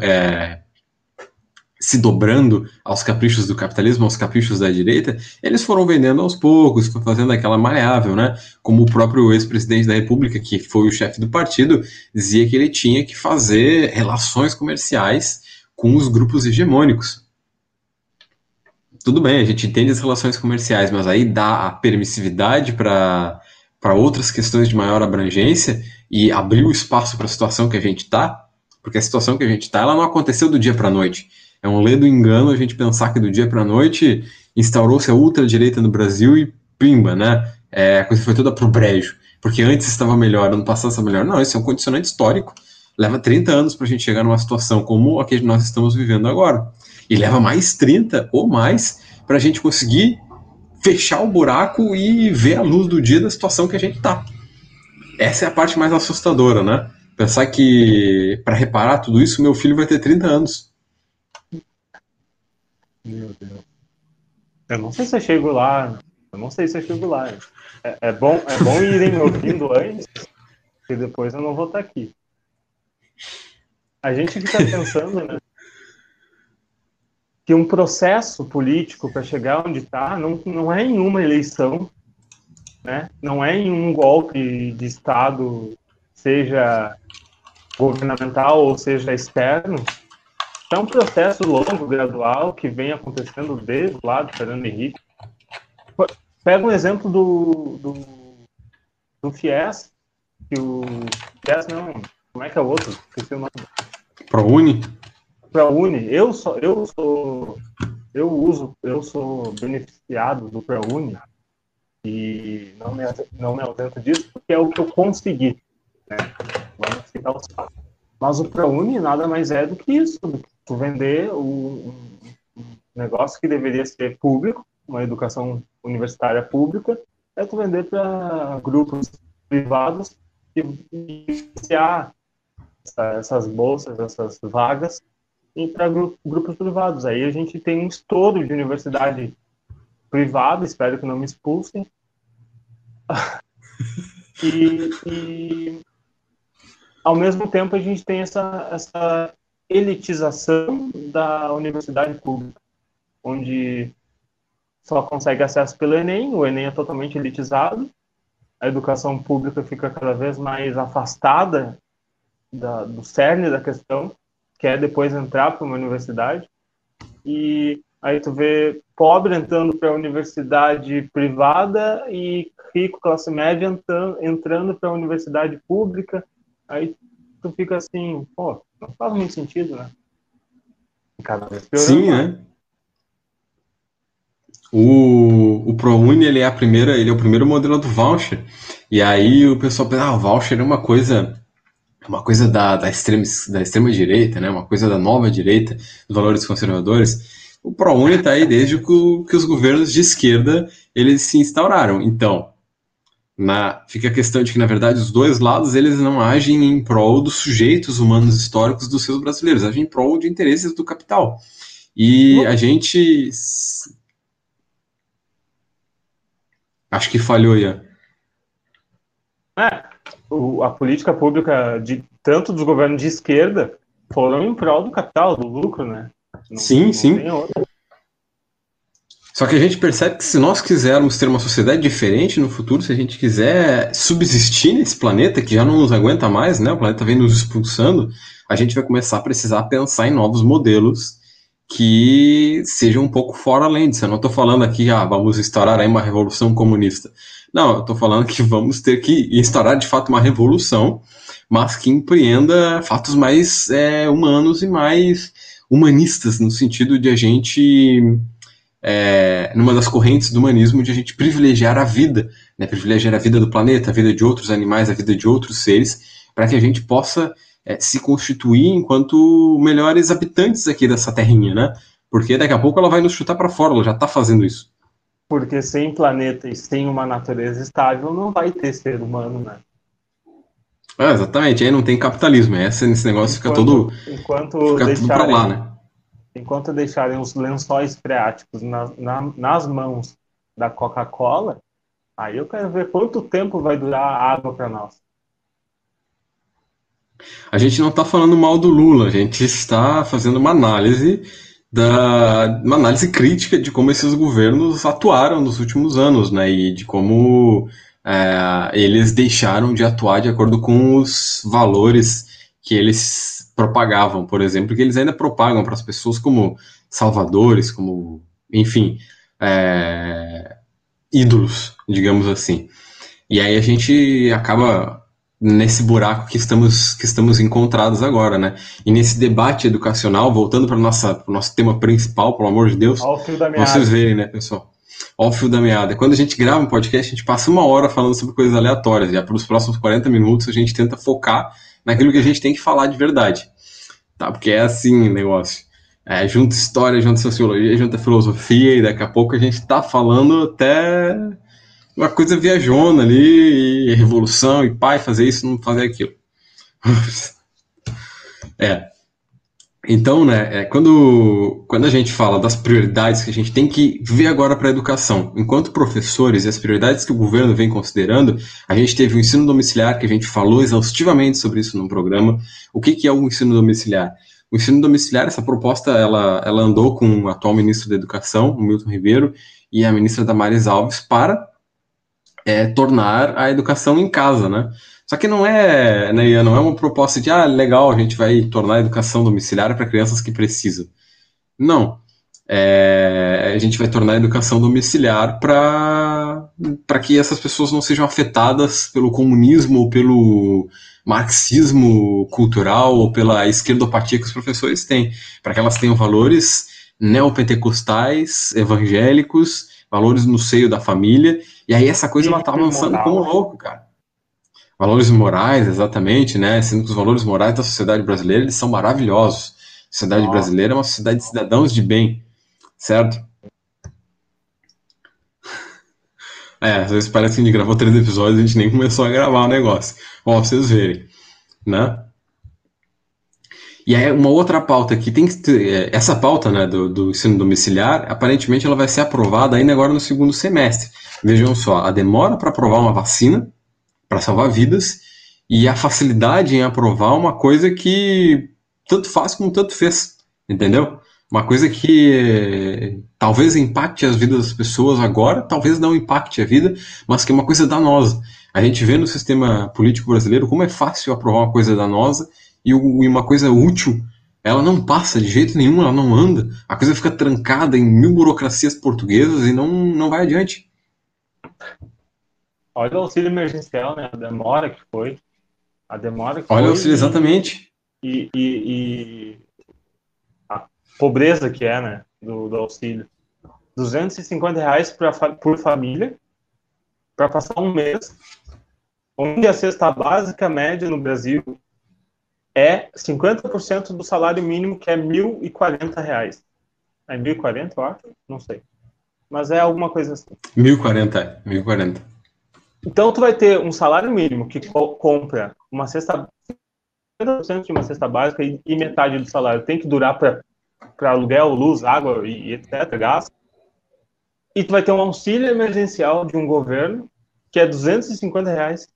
se dobrando aos caprichos do capitalismo, aos caprichos da direita, eles foram vendendo aos poucos, fazendo aquela maleável, né? Como o próprio ex-presidente da República, que foi o chefe do partido, dizia que ele tinha que fazer relações comerciais com os grupos hegemônicos. Tudo bem, a gente entende as relações comerciais, mas aí dá a permissividade para outras questões de maior abrangência e abrir o espaço para a situação que a gente está, porque a situação que a gente está, ela não aconteceu do dia para a noite. É um ledo engano a gente pensar que do dia para a noite instaurou-se a ultradireita no Brasil e pimba, né? A coisa foi toda pro brejo, porque antes estava melhor, ano passado estava melhor. Não, isso é um condicionante histórico. Leva 30 anos para a gente chegar numa situação como a que nós estamos vivendo agora. E leva mais 30 ou mais para a gente conseguir fechar o buraco e ver a luz do dia da situação que a gente está. Essa é a parte mais assustadora, né? Pensar que para reparar tudo isso, meu filho vai ter 30 anos. Meu Deus. Eu não sei se eu chego lá. Eu não sei se eu chego lá. É bom irem me ouvindo antes, porque depois eu não vou estar aqui. A gente fica pensando, né, que um processo político para chegar onde está não é em uma eleição, né? Não é em um golpe de Estado, seja governamental ou seja externo. É um processo longo, gradual, que vem acontecendo desde lá do Fernando Henrique. Pega um exemplo do FIES, que o FIES não, como é que é o outro? Esqueci o nome. ProUni? ProUni. Eu sou beneficiado do ProUni e não me ausento disso porque é o que eu consegui, né? Vamos citar os fatos. Mas o ProUni nada mais é do que isso, do que tu vender um negócio que deveria ser público, uma educação universitária pública, é tu vender para grupos privados e iniciar essas bolsas, essas vagas para grupos privados. Aí a gente tem um estouro de universidade privada, espero que não me expulsem. E ao mesmo tempo a gente tem essa elitização da universidade pública, onde só consegue acesso pelo Enem, o Enem é totalmente elitizado, a educação pública fica cada vez mais afastada do cerne da questão, que é depois entrar para uma universidade, e aí tu vê pobre entrando para a universidade privada e rico, classe média, entrando para a universidade pública, aí tu fica assim, pô, não faz muito sentido, né? Cada vez piorando Sim, mais. né? O ProUni, ele é o primeiro modelo do voucher. E aí o pessoal pensa, o voucher é uma coisa da extrema direita, né? Uma coisa da nova direita, dos valores conservadores. O ProUni está aí desde que os governos de esquerda eles se instauraram. Então, fica a questão de que, na verdade, os dois lados eles não agem em prol dos sujeitos humanos históricos dos seus brasileiros, agem em prol de interesses do capital. E a gente... Acho que falhou, Ian. A política pública tanto dos governos de esquerda foram em prol do capital, do lucro, né? Sim. Tem outra. Só que a gente percebe que se nós quisermos ter uma sociedade diferente no futuro, se a gente quiser subsistir nesse planeta que já não nos aguenta mais, né? O planeta vem nos expulsando, a gente vai começar a precisar pensar em novos modelos que sejam um pouco fora além disso. Eu não estou falando aqui, vamos instaurar aí uma revolução comunista. Não, eu estou falando que vamos ter que instaurar de fato uma revolução, mas que empreenda fatos mais humanos e mais humanistas, no sentido de a gente numa das correntes do humanismo, de a gente privilegiar a vida, né? Privilegiar a vida do planeta, a vida de outros animais, a vida de outros seres, para que a gente possa se constituir enquanto melhores habitantes aqui dessa terrinha, né? Porque daqui a pouco ela vai nos chutar para fora, ela já está fazendo isso. Porque sem planeta e sem uma natureza estável não vai ter ser humano, né? Exatamente, aí não tem capitalismo, esse negócio fica tudo para lá, né? Enquanto deixarem os lençóis freáticos nas mãos da Coca-Cola, aí eu quero ver quanto tempo vai durar a água para nós. A gente não está falando mal do Lula, a gente está fazendo uma análise crítica de como esses governos atuaram nos últimos anos, né? E de como eles deixaram de atuar de acordo com os valores que eles propagavam, por exemplo, que eles ainda propagam para as pessoas como salvadores, como, enfim, ídolos, digamos assim. E aí a gente acaba nesse buraco que estamos encontrados agora, né? E nesse debate educacional, voltando para o nosso tema principal, pelo amor de Deus, vocês verem, né, pessoal? Ó o fio da meada. Quando a gente grava um podcast, a gente passa uma hora falando sobre coisas aleatórias. E pelos próximos 40 minutos a gente tenta focar naquilo que a gente tem que falar de verdade. Tá? Porque é assim o negócio. Junta história, junta sociologia, junta filosofia, e daqui a pouco a gente tá falando até uma coisa viajona ali, e revolução, e pai, fazer isso, não fazer aquilo. Então, né, quando a gente fala das prioridades que a gente tem que ver agora para a educação, enquanto professores e as prioridades que o governo vem considerando, a gente teve o ensino domiciliar, que a gente falou exaustivamente sobre isso no programa. O que é o ensino domiciliar? O ensino domiciliar, essa proposta, ela andou com o atual ministro da Educação, o Milton Ribeiro, e a ministra Damares Alves para tornar a educação em casa, né? Só que não é, né, não é uma proposta de, legal, a gente vai tornar a educação domiciliar para crianças que precisam. Não. A gente vai tornar a educação domiciliar para que essas pessoas não sejam afetadas pelo comunismo ou pelo marxismo cultural ou pela esquerdopatia que os professores têm, para que elas tenham valores neopentecostais, evangélicos, valores no seio da família, e aí essa coisa ela tá avançando como louco, cara. Valores morais, exatamente, né? Sendo que os valores morais da sociedade brasileira, eles são maravilhosos. A sociedade brasileira é uma sociedade de cidadãos de bem, certo? Às vezes parece que a gente gravou 3 episódios e a gente nem começou a gravar o negócio. Ó, vocês verem, né? E aí uma outra pauta que tem que ter, essa pauta, né, do ensino domiciliar, aparentemente ela vai ser aprovada ainda agora no segundo semestre. Vejam só, a demora para aprovar uma vacina para salvar vidas e a facilidade em aprovar uma coisa que tanto faz como tanto fez, entendeu? Uma coisa que talvez impacte as vidas das pessoas agora, talvez não impacte a vida, mas que é uma coisa danosa. A gente vê no sistema político brasileiro como é fácil aprovar uma coisa danosa e uma coisa útil, ela não passa de jeito nenhum, ela não anda. A coisa fica trancada em 1000 burocracias portuguesas e não vai adiante. Olha o auxílio emergencial, né? A demora que foi. Olha o auxílio, exatamente. E a pobreza que é, né? Do auxílio. R$ 250 por família para passar um mês, onde a cesta básica média no Brasil é 50% do salário mínimo, que é R$ 1.040. É 1.040, eu acho? Não sei. Mas é alguma coisa assim. 1.040. Então, tu vai ter um salário mínimo que compra uma cesta, 50% de uma cesta básica e metade do salário tem que durar para aluguel, luz, água e etc., gás. E tu vai ter um auxílio emergencial de um governo que é R$ 250.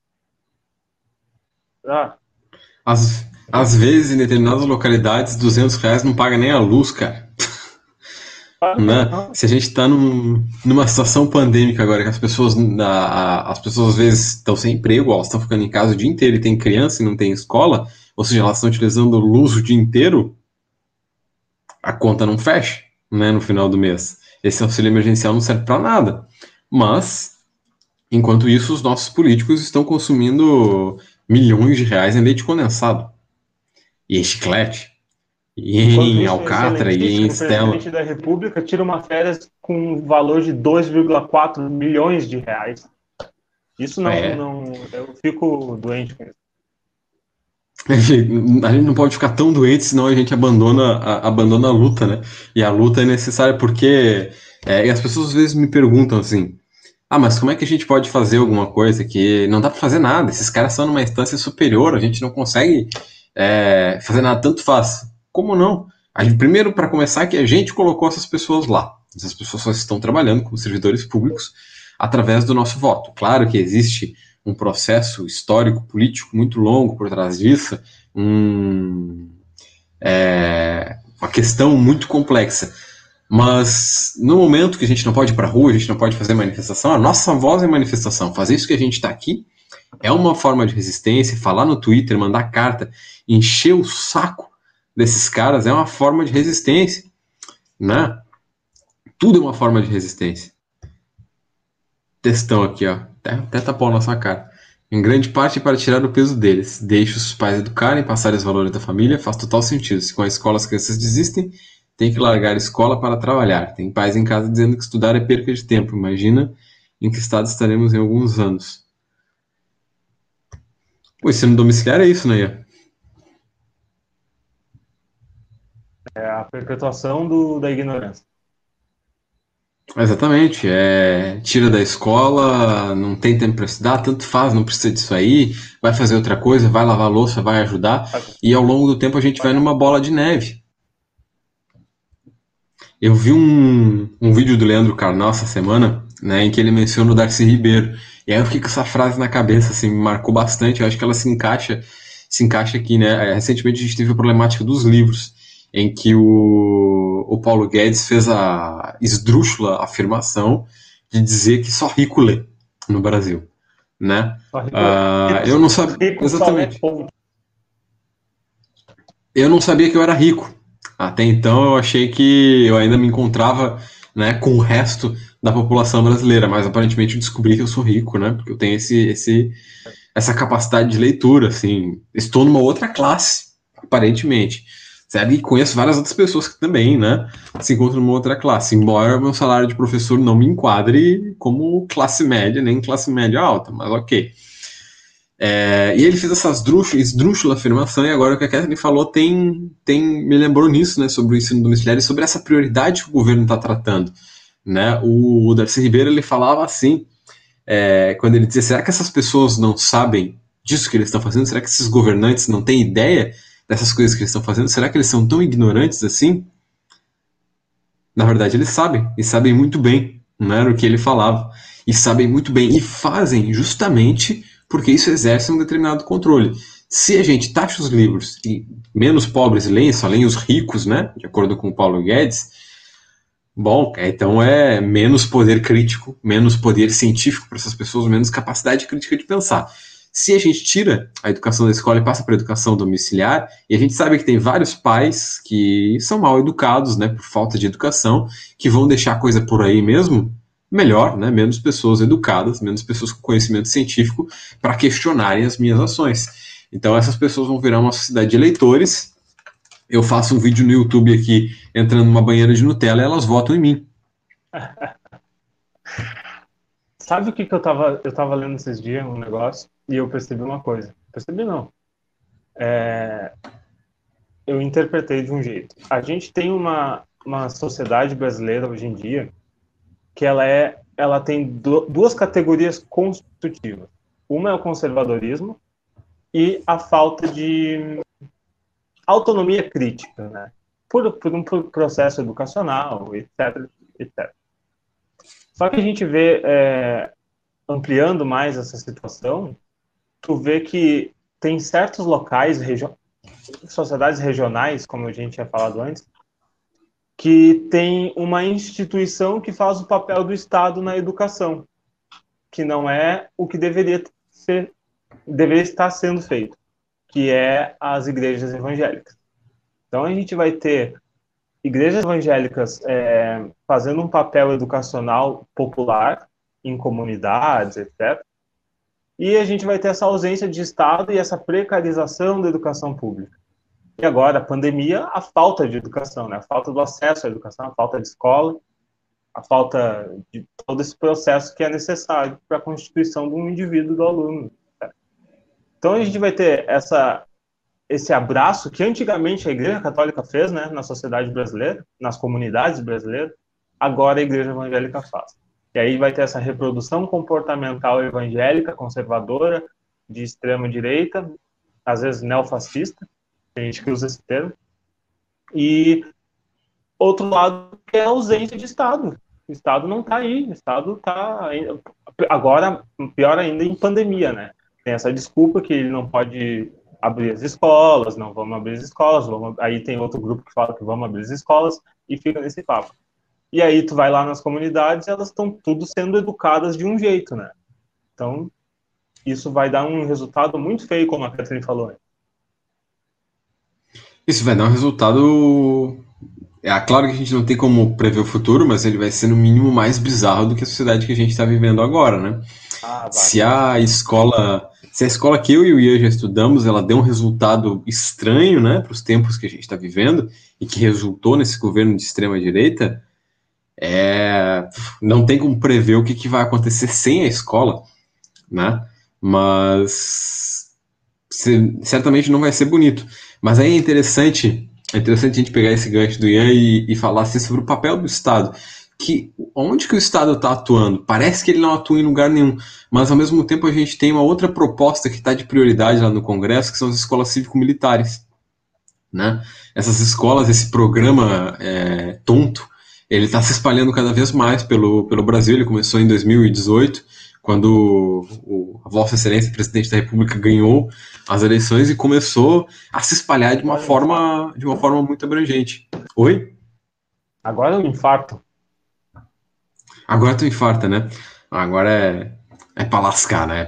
Às vezes, em determinadas localidades, R$ 200 não paga nem a luz, cara. Né? Se a gente está numa situação pandêmica agora, que as pessoas às vezes estão sem emprego, elas estão ficando em casa o dia inteiro e tem criança e não tem escola, ou seja, elas estão utilizando luz o dia inteiro, a conta não fecha, né, no final do mês. Esse auxílio emergencial não serve para nada. Mas, enquanto isso, os nossos políticos estão consumindo milhões de reais em leite condensado, e em chiclete, e em alcatra, e em Stella. O presidente da República tira uma férias com um valor de 2,4 milhões de reais. Isso não, eu fico doente com isso. A gente não pode ficar tão doente, senão a gente abandona a luta, né? E a luta é necessária porque e as pessoas às vezes me perguntam assim: mas como é que a gente pode fazer alguma coisa que não dá para fazer nada? Esses caras estão numa instância superior, a gente não consegue fazer nada, tanto faz. Como não? Primeiro, para começar, que a gente colocou essas pessoas lá. Essas pessoas só estão trabalhando como servidores públicos através do nosso voto. Claro que existe um processo histórico, político muito longo por trás disso, uma questão muito complexa. Mas no momento que a gente não pode ir para a rua, a gente não pode fazer manifestação, a nossa voz é manifestação. Fazer isso que a gente está aqui é uma forma de resistência. Falar no Twitter, mandar carta, encher o saco desses caras é uma forma de resistência, né? Tudo é uma forma de resistência. Textão aqui, ó. Até tapou na nossa cara. Em grande parte para tirar o peso deles. Deixe os pais educarem, passarem os valores da família. Faz total sentido. Se com a escola as crianças desistem, tem que largar a escola para trabalhar. Tem pais em casa dizendo que estudar é perca de tempo. Imagina em que estado estaremos em alguns anos. O ensino domiciliar é isso, né, Ian? É a perpetuação da ignorância. Exatamente, tira da escola, não tem tempo para estudar, tanto faz, não precisa disso aí, vai fazer outra coisa, vai lavar a louça, vai ajudar, e ao longo do tempo a gente vai numa bola de neve. Eu vi um vídeo do Leandro Carnal essa semana, né, em que ele menciona o Darcy Ribeiro, e aí eu fiquei com essa frase na cabeça, assim, me marcou bastante, eu acho que ela se encaixa aqui, né, recentemente a gente teve a problemática dos livros, em que o Paulo Guedes fez a esdrúxula afirmação de dizer que só rico lê no Brasil, né? Eu não sabia exatamente. Eu não sabia que eu era rico. Até então eu achei que eu ainda me encontrava, né, com o resto da população brasileira, mas aparentemente eu descobri que eu sou rico, né? Porque eu tenho essa capacidade de leitura, assim. Estou numa outra classe, aparentemente. Sabe? E conheço várias outras pessoas que também, né, se encontram numa outra classe, embora o meu salário de professor não me enquadre como classe média, nem classe média alta, mas ok. E ele fez essa esdrúxula afirmação, e agora o que a Catherine falou me lembrou nisso, né, sobre o ensino domiciliar e sobre essa prioridade que o governo está tratando. Né? O Darcy Ribeiro, ele falava assim, quando ele dizia, será que essas pessoas não sabem disso que eles estão fazendo? Será que esses governantes não têm ideia dessas coisas que eles estão fazendo? Será que eles são tão ignorantes assim? Na verdade, eles sabem, e sabem muito bem, não era o que ele falava, e sabem muito bem, e fazem justamente porque isso exerce um determinado controle. Se a gente taxa os livros e menos pobres leem, só leem os ricos, né, de acordo com o Paulo Guedes, bom, então é menos poder crítico, menos poder científico para essas pessoas, menos capacidade crítica de pensar. Se a gente tira a educação da escola e passa para a educação domiciliar, e a gente sabe que tem vários pais que são mal educados, né, por falta de educação, que vão deixar a coisa por aí mesmo, melhor, né, menos pessoas educadas, menos pessoas com conhecimento científico para questionarem as minhas ações. Então essas pessoas vão virar uma sociedade de eleitores. Eu faço um vídeo no YouTube aqui, entrando numa banheira de Nutella, e elas votam em mim. Sabe o que eu tava lendo esses dias, um negócio, e eu percebi uma coisa. Percebi não. Eu interpretei de um jeito. A gente tem uma sociedade brasileira hoje em dia que ela tem duas categorias constitutivas. Uma é o conservadorismo e a falta de autonomia crítica, né? Por um processo educacional, etc, etc. Só que a gente vê, ampliando mais essa situação, tu vê que tem certos locais, sociedades regionais, como a gente tinha falado antes, que tem uma instituição que faz o papel do Estado na educação, que não é o que deveria estar sendo feito, que é as igrejas evangélicas. Então a gente vai ter igrejas evangélicas fazendo um papel educacional popular em comunidades, etc. E a gente vai ter essa ausência de Estado e essa precarização da educação pública. E agora, a pandemia, a falta de educação, né? A falta do acesso à educação, a falta de escola, a falta de todo esse processo que é necessário para a constituição de um indivíduo, do aluno. Certo? Então, a gente vai ter esse abraço que antigamente a Igreja Católica fez, né, na sociedade brasileira, nas comunidades brasileiras, agora a Igreja Evangélica faz. E aí vai ter essa reprodução comportamental evangélica, conservadora, de extrema-direita, às vezes neofascista, tem gente que usa esse termo, e outro lado que é a ausência de Estado. O Estado não está aí, o Estado está agora, pior ainda, em pandemia, né? Tem essa desculpa que ele não pode abrir as escolas, não vamos abrir as escolas, aí tem outro grupo que fala que vamos abrir as escolas, e fica nesse papo. E aí tu vai lá nas comunidades, elas estão tudo sendo educadas de um jeito, né? Então, isso vai dar um resultado muito feio, como a Catherine falou. Isso vai dar um resultado... claro que a gente não tem como prever o futuro, mas ele vai ser no mínimo mais bizarro do que a sociedade que a gente está vivendo agora, né? Se a escola que eu e o Ian já estudamos, ela deu um resultado estranho, né, para os tempos que a gente está vivendo, e que resultou nesse governo de extrema-direita, não tem como prever o que vai acontecer sem a escola, né? Mas certamente não vai ser bonito. Mas aí é interessante a gente pegar esse gancho do Ian e falar assim, sobre o papel do Estado. Onde que o Estado está atuando? Parece que ele não atua em lugar nenhum, mas ao mesmo tempo a gente tem uma outra proposta que está de prioridade lá no Congresso, que são as escolas cívico-militares, né? Essas escolas, esse programa tonto, ele está se espalhando cada vez mais pelo Brasil. Ele começou em 2018, quando a Vossa Excelência, o presidente da República, ganhou as eleições e começou a se espalhar de uma forma muito abrangente. Oi? Agora é um infarto. Agora tu infarta, né? Agora é pra lascar, né?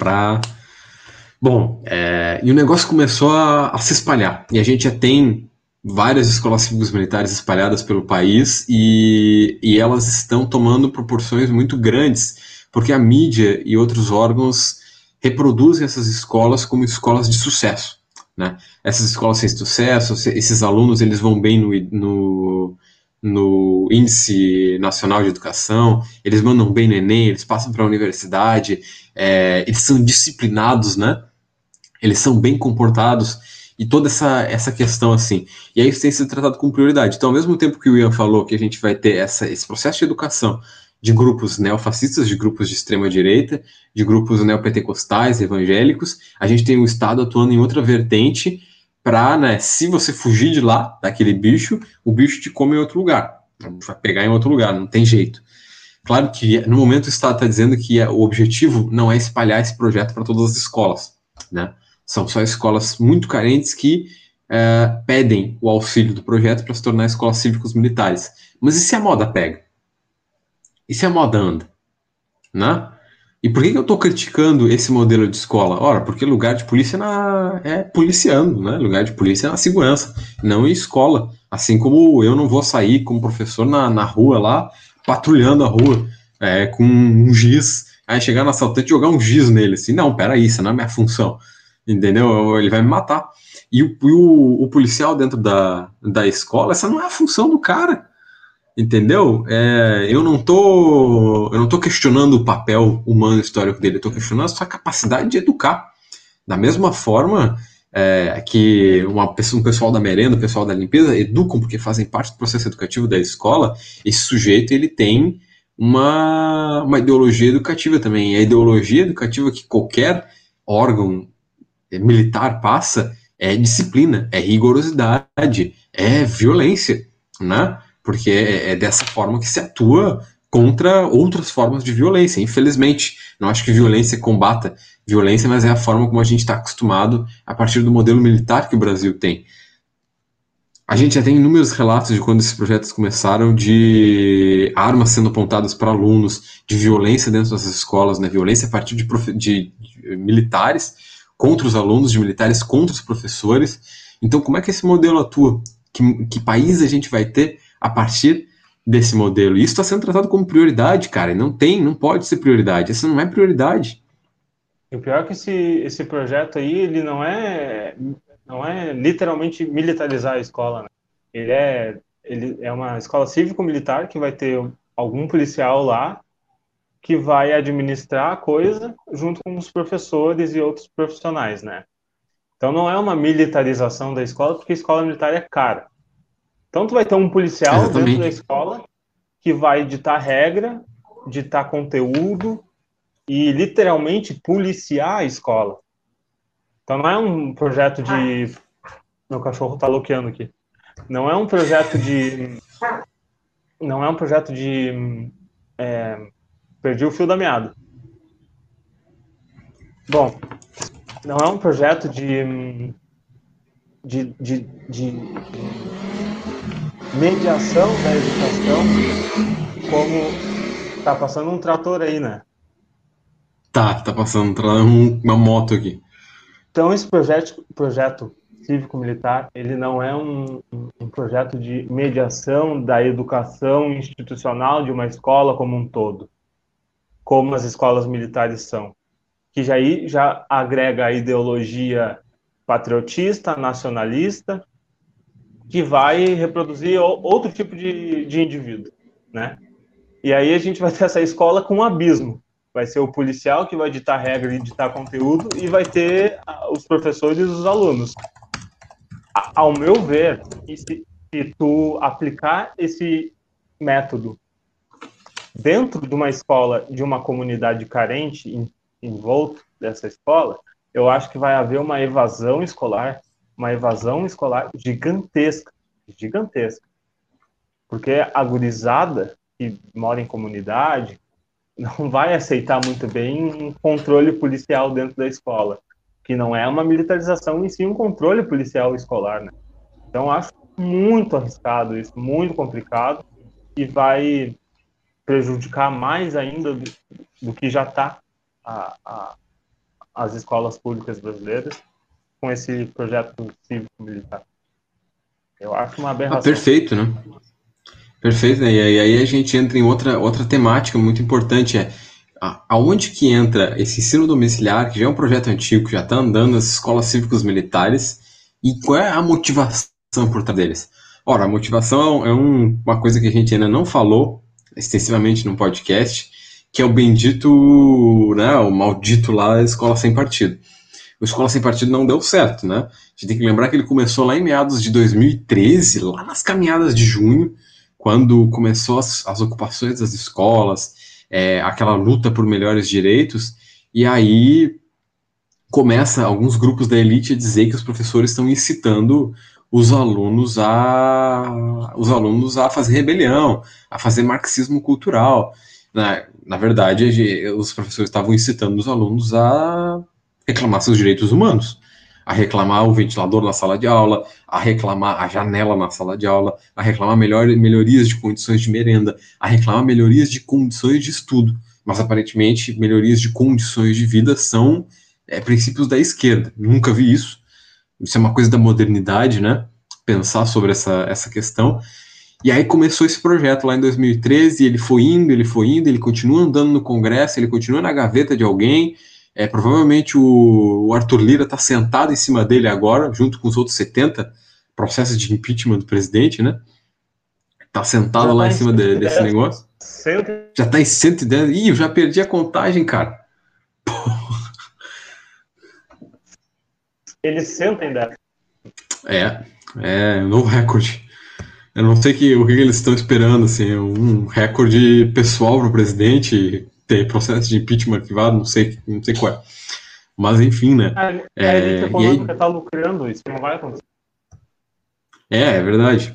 Bom, e o negócio começou a se espalhar. E a gente já tem várias escolas cívicos militares espalhadas pelo país, e elas estão tomando proporções muito grandes, porque a mídia e outros órgãos reproduzem essas escolas como escolas de sucesso, né? Essas escolas têm sucesso, esses alunos, eles vão bem no Índice Nacional de Educação, eles mandam bem no Enem, eles passam para a universidade, eles são disciplinados, né? Eles são bem comportados, e toda essa questão assim. E aí isso tem sido tratado com prioridade. Então, ao mesmo tempo que o Ian falou que a gente vai ter esse processo de educação de grupos neofascistas, de grupos de extrema-direita, de grupos neopentecostais, evangélicos, a gente tem o Estado atuando em outra vertente para, né, se você fugir de lá, daquele bicho, o bicho te come em outro lugar. Vai pegar em outro lugar, não tem jeito. Claro que no momento o Estado está dizendo que o objetivo não é espalhar esse projeto para todas as escolas, né? São só escolas muito carentes que pedem o auxílio do projeto para se tornar escolas cívicos militares. Mas e se a moda pega? E se a moda anda? Né? E por que eu estou criticando esse modelo de escola? Ora, porque lugar de polícia é policiando, né? Lugar de polícia é na segurança, não em escola. Assim como eu não vou sair como professor na rua lá, patrulhando a rua, com um giz, aí chegar no assaltante e jogar um giz nele, assim, não, peraí, isso não é minha função, entendeu? Ele vai me matar. E o policial dentro da escola, essa não é a função do cara. Entendeu? Eu não tô questionando o papel humano histórico dele, eu tô questionando a sua capacidade de educar. Da mesma forma que um pessoal da merenda, o pessoal da limpeza educam porque fazem parte do processo educativo da escola, esse sujeito ele tem uma ideologia educativa também. E a ideologia educativa que qualquer órgão militar passa é disciplina, é rigorosidade, é violência, né? Porque é dessa forma que se atua contra outras formas de violência. Infelizmente, não acho que violência combata violência, mas é a forma como a gente está acostumado a partir do modelo militar que o Brasil tem. A gente já tem inúmeros relatos de quando esses projetos começaram, de armas sendo apontadas para alunos, de violência dentro das escolas, né? Violência a partir de militares contra os alunos, de militares contra os professores. Então, como é que esse modelo atua? Que país a gente vai ter a partir desse modelo? E isso está sendo tratado como prioridade, cara. Não pode ser prioridade. Essa não é prioridade. E o pior é que esse projeto aí, ele não é literalmente militarizar a escola, né? Ele é uma escola cívico-militar que vai ter algum policial lá que vai administrar a coisa junto com os professores e outros profissionais, né? Então não é uma militarização da escola, porque a escola militar é cara. Então tu vai ter um policial dentro da Exatamente. escola que vai ditar regra, ditar conteúdo e literalmente policiar a escola. Então não é um projeto de... Meu cachorro tá loqueando aqui. Não é um projeto de... Não é um projeto de... Perdi o fio da meada. Bom, não é um projeto de mediação da educação, como tá passando um trator aí, né? Tá passando uma moto aqui. Então esse projeto cívico-militar, ele não é um projeto de mediação da educação institucional de uma escola como um todo, como as escolas militares são, que já agrega a ideologia patriotista, nacionalista, que vai reproduzir outro tipo de indivíduo, né? E aí a gente vai ter essa escola com um abismo. Vai ser o policial que vai ditar regra e ditar conteúdo, e vai ter os professores e os alunos. Ao meu ver, se tu aplicar esse método dentro de uma escola de uma comunidade carente em volta dessa escola, eu acho que vai haver uma evasão escolar gigantesca, gigantesca. Porque a gurizada que mora em comunidade não vai aceitar muito bem um controle policial dentro da escola, que não é uma militarização, e sim um controle policial escolar, né? Então, eu acho muito arriscado isso, muito complicado, e vai prejudicar mais ainda do que já está as escolas públicas brasileiras com esse projeto cívico-militar. Eu acho uma aberração. Perfeito, né? Perfeito, né? E aí a gente entra em outra temática muito importante, aonde que entra esse ensino domiciliar, que já é um projeto antigo, que já está andando nas escolas cívicos militares, e qual é a motivação por trás deles? Ora, a motivação é uma coisa que a gente ainda não falou extensivamente no podcast, que é o bendito, né, o maldito lá, Escola Sem Partido. O Escola Sem Partido não deu certo, né? A gente tem que lembrar que ele começou lá em meados de 2013, lá nas caminhadas de junho, quando começou as ocupações das escolas, aquela luta por melhores direitos, e aí começa alguns grupos da elite a dizer que os professores estão incitando os alunos a fazer rebelião, a fazer marxismo cultural. Na verdade, os professores estavam incitando os alunos a reclamar seus direitos humanos, a reclamar o ventilador na sala de aula, a reclamar a janela na sala de aula, a reclamar melhorias de condições de merenda, a reclamar melhorias de condições de estudo. Mas, aparentemente, melhorias de condições de vida são princípios da esquerda. Nunca vi isso. Isso é uma coisa da modernidade, né? Pensar sobre essa questão. E aí começou esse projeto lá em 2013, ele foi indo, ele continua andando no Congresso, ele continua na gaveta de alguém. Provavelmente o Arthur Lira está sentado em cima dele agora, junto com os outros 70 processos de impeachment do presidente, né? tá sentado Já lá tá em em cima desse 110, negócio. 100, Já tá em 110. Ih, eu já perdi a contagem, cara. eles sentem dessa. É um novo recorde. Eu não sei o que eles estão esperando, assim, um recorde pessoal para o presidente, ter processo de impeachment arquivado, não sei qual é. Mas enfim, né? A elite E aí, econômica está lucrando, isso não vai acontecer. é verdade.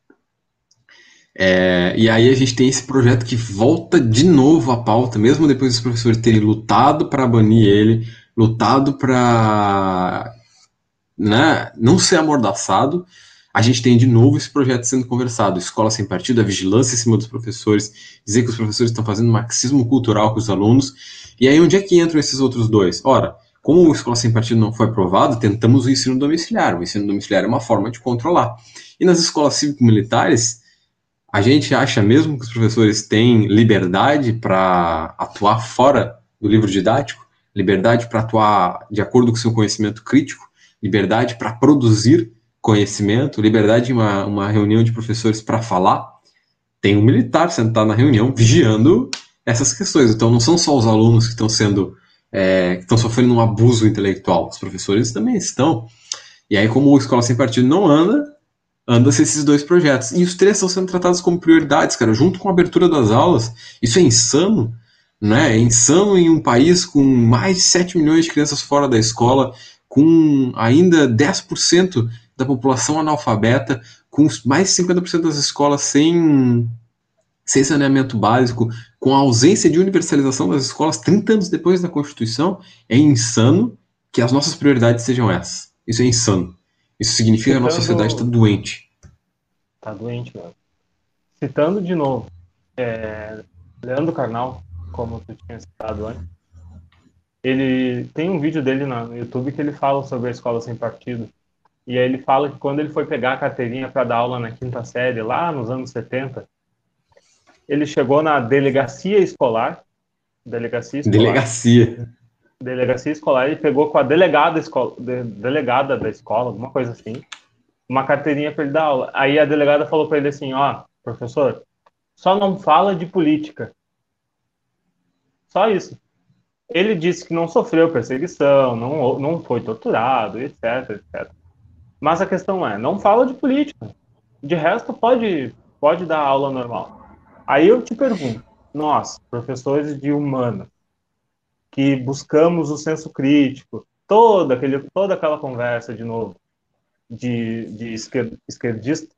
E aí a gente tem esse projeto que volta de novo à pauta, mesmo depois dos professores terem lutado para banir ele, lutado para, né, não ser amordaçado, a gente tem de novo esse projeto sendo conversado. Escola sem partido, a vigilância em cima dos professores, dizer que os professores estão fazendo marxismo cultural com os alunos. E aí onde é que entram esses outros dois? Ora, como o Escola Sem Partido não foi aprovado, tentamos o ensino domiciliar. O ensino domiciliar é uma forma de controlar. E nas escolas cívico-militares, a gente acha mesmo que os professores têm liberdade para atuar fora do livro didático, liberdade para atuar de acordo com o seu conhecimento crítico, liberdade para produzir conhecimento, liberdade em uma reunião de professores para falar. Tem um militar sentado na reunião vigiando essas questões. Então não são só os alunos que estão que estão sofrendo um abuso intelectual, os professores também estão. E aí, como o Escola Sem Partido não anda-se esses dois projetos. E os três estão sendo tratados como prioridades, cara, junto com a abertura das aulas. Isso é insano, né? É insano em um país com mais de 7 milhões de crianças fora da escola, com ainda 10% da população analfabeta, com mais de 50% das escolas sem saneamento básico, com a ausência de universalização das escolas 30 anos depois da Constituição. É insano que as nossas prioridades sejam essas. Isso é insano. Isso significa que a nossa sociedade está doente. Está doente, mano. Citando de novo, Leandro Carnal, como tu tinha citado antes, ele tem um vídeo dele no YouTube que ele fala sobre a escola sem partido. E aí ele fala que quando ele foi pegar a carteirinha para dar aula na quinta série, lá nos anos 70, ele chegou na delegacia escolar, delegacia escolar, e pegou com a delegada da escola, alguma coisa assim, uma carteirinha para ele dar aula. Aí a delegada falou para ele assim, professor, só não fala de política. Só isso. Ele disse que não sofreu perseguição, não foi torturado, etc, etc. Mas a questão não fala de política. De resto, pode dar aula normal. Aí eu te pergunto, nós, professores de humano, que buscamos o senso crítico, toda aquela conversa, de novo, de esquerdista,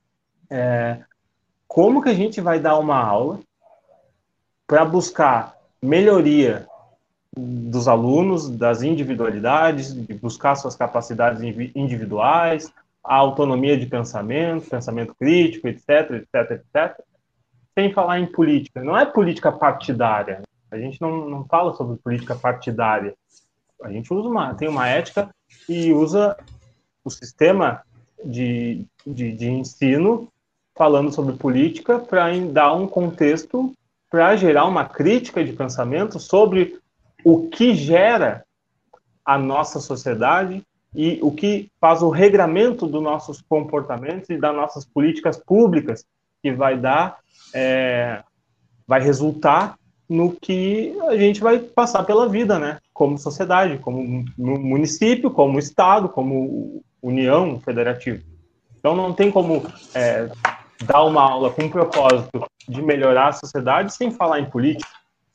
como que a gente vai dar uma aula para buscar melhoria dos alunos, das individualidades, de buscar suas capacidades individuais, a autonomia de pensamento crítico, etc, etc, etc, sem falar em política. Não é política partidária. A gente não fala sobre política partidária. A gente tem uma ética e usa o sistema de ensino falando sobre política para dar um contexto, para gerar uma crítica de pensamento sobre o que gera a nossa sociedade e o que faz o regramento dos nossos comportamentos e das nossas políticas públicas, que vai resultar no que a gente vai passar pela vida, né? Como sociedade, como município, como estado, como União Federativa. Então não tem como dar uma aula com o propósito de melhorar a sociedade sem falar em política.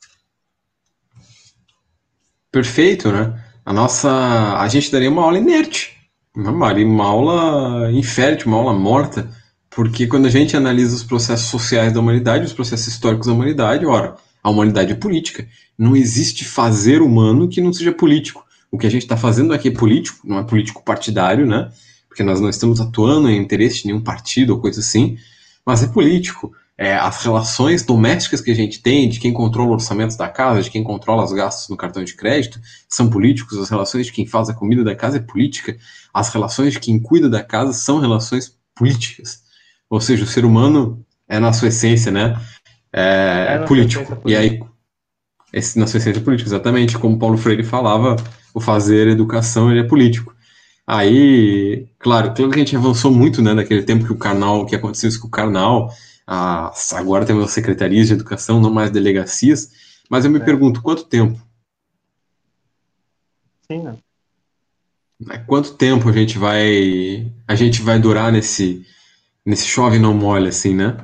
Perfeito, né? A gente daria uma aula inerte, uma aula infértil, uma aula morta, porque quando a gente analisa os processos sociais da humanidade, os processos históricos da humanidade, ora, a humanidade é política. Não existe fazer humano que não seja político. O que a gente está fazendo aqui é político, não é político partidário, né? Porque nós não estamos atuando em interesse de nenhum partido ou coisa assim, mas é político. As relações domésticas que a gente tem, de quem controla o orçamento da casa, de quem controla os gastos no cartão de crédito, são políticos. As relações de quem faz a comida da casa é política. As relações de quem cuida da casa são relações políticas. Ou seja, o ser humano na sua essência, né? Político. E aí, na sua essência política, exatamente, como Paulo Freire falava, o fazer educação ele é político. Aí, claro que a gente avançou muito, né, naquele tempo que o Karnal, que aconteceu isso com o Karnal, agora temos as secretarias de educação, não mais delegacias, mas eu me É, pergunto, quanto tempo? sim, né? Né, quanto tempo a gente vai durar nesse chove e não molha, assim, né?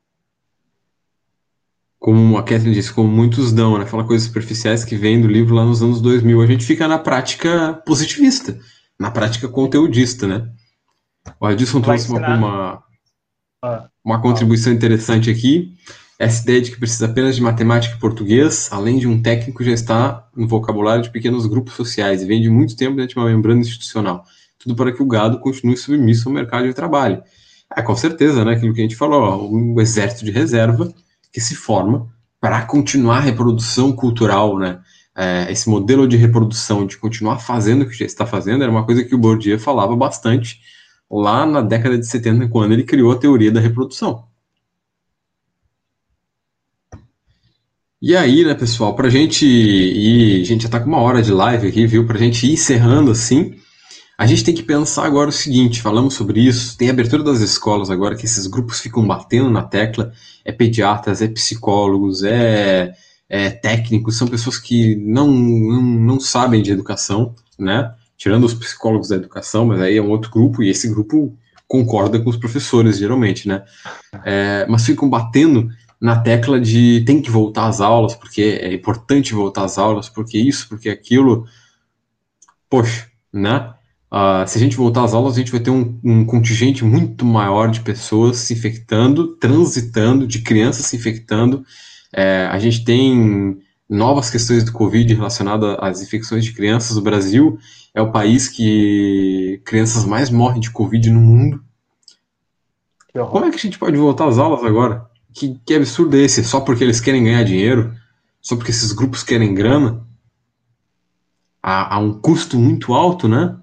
Como a Catherine disse, como muitos dão, né? Fala coisas superficiais que vêm do livro lá nos anos 2000. A gente fica na prática positivista, na prática conteudista, né? O Adilson Tu vai trouxe ensinar. Ah, uma fala. contribuição interessante aqui. Essa ideia de que precisa apenas de matemática e português, além de um técnico, já está no vocabulário de pequenos grupos sociais e vem de muito tempo dentro de uma membrana institucional. Tudo para que o gado continue submisso ao mercado de trabalho. Com certeza, né? Aquilo que a gente falou, ó, um exército de reserva que se forma para continuar a reprodução cultural, né? Esse modelo de reprodução, de continuar fazendo o que já está fazendo, era uma coisa que o Bourdieu falava bastante lá na década de 70, quando ele criou a teoria da reprodução. E aí, né, pessoal, pra gente ir, a gente já tá com uma hora de live aqui, viu? Pra gente ir encerrando assim, a gente tem que pensar agora o seguinte, falamos sobre isso, tem a abertura das escolas agora, que esses grupos ficam batendo na tecla, é pediatras, é psicólogos, é técnicos, são pessoas que não sabem de educação, né? Tirando os psicólogos da educação, mas aí é um outro grupo, e esse grupo concorda com os professores, geralmente, né? Mas ficam batendo na tecla de tem que voltar às aulas, porque é importante voltar às aulas, porque isso, porque aquilo. Poxa, né? Se a gente voltar às aulas, a gente vai ter um contingente muito maior de pessoas se infectando, transitando, de crianças se infectando. A gente tem novas questões do Covid relacionadas às infecções de crianças. O Brasil é o país que crianças mais morrem de Covid no mundo. Que Como horror. é que a gente pode voltar às aulas agora? Que absurdo é esse? Só porque eles querem ganhar dinheiro? Só porque esses grupos querem grana? A um custo muito alto, né?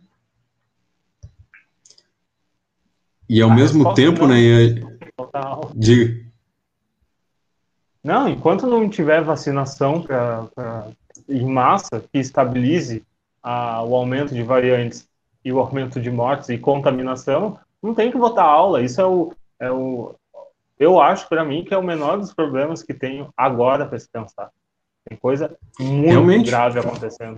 E ao A mesmo resposta é tempo, né? não. Total. De... Não, enquanto não tiver vacinação em massa que estabilize o aumento de variantes e o aumento de mortes e contaminação, não tem que botar aula. Isso eu acho para mim que é o menor dos problemas que tenho agora para se pensar. Tem coisa muito Realmente. grave acontecendo.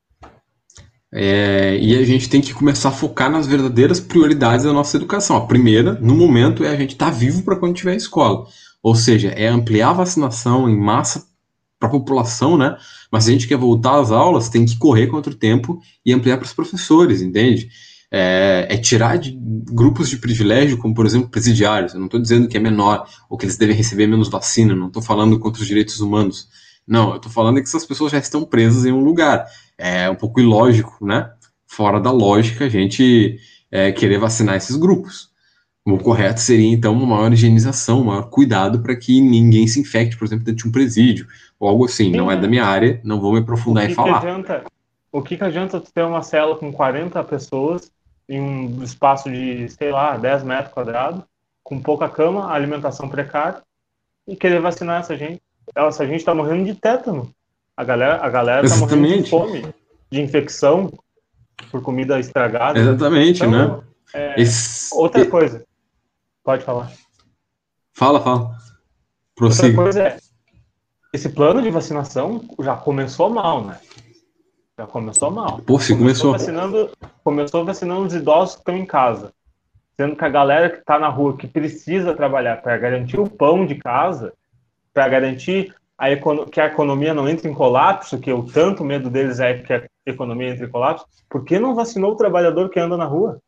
E a gente tem que começar a focar nas verdadeiras prioridades da nossa educação. A primeira, no momento, é a gente estar vivo para quando tiver escola. Ou seja, é ampliar a vacinação em massa para a população, né? Mas se a gente quer voltar às aulas, tem que correr contra o tempo e ampliar para os professores, entende? Tirar de grupos de privilégio, como por exemplo presidiários. Eu não estou dizendo que é menor ou que eles devem receber menos vacina, não estou falando contra os direitos humanos. Não, eu estou falando que essas pessoas já estão presas em um lugar. É um pouco ilógico, né? Fora da lógica a gente querer vacinar esses grupos. O correto seria, então, uma maior higienização, um maior cuidado para que ninguém se infecte, por exemplo, dentro de um presídio, ou algo assim. Não Sim, é da minha área, não vou me o aprofundar e que que falar. adianta, o que que adianta tu ter uma cela com 40 pessoas em um espaço de, sei lá, 10 metros quadrados, com pouca cama, alimentação precária, e querer vacinar essa gente? Essa gente tá morrendo de tétano. A galera tá morrendo de Exatamente, fome, de infecção por comida estragada. exatamente, né? Então, outra Esse... coisa, pode falar. Fala, Outra prossiga. coisa esse plano de vacinação já começou mal, né? Já começou mal. Pô, se Começou começou. vacinando, começou vacinando os idosos que estão em casa, sendo que a galera que está na rua, que precisa trabalhar para garantir o pão de casa, para garantir que a economia não entre em colapso, que o tanto medo deles é que a economia entre em colapso, por que não vacinou o trabalhador que anda na rua?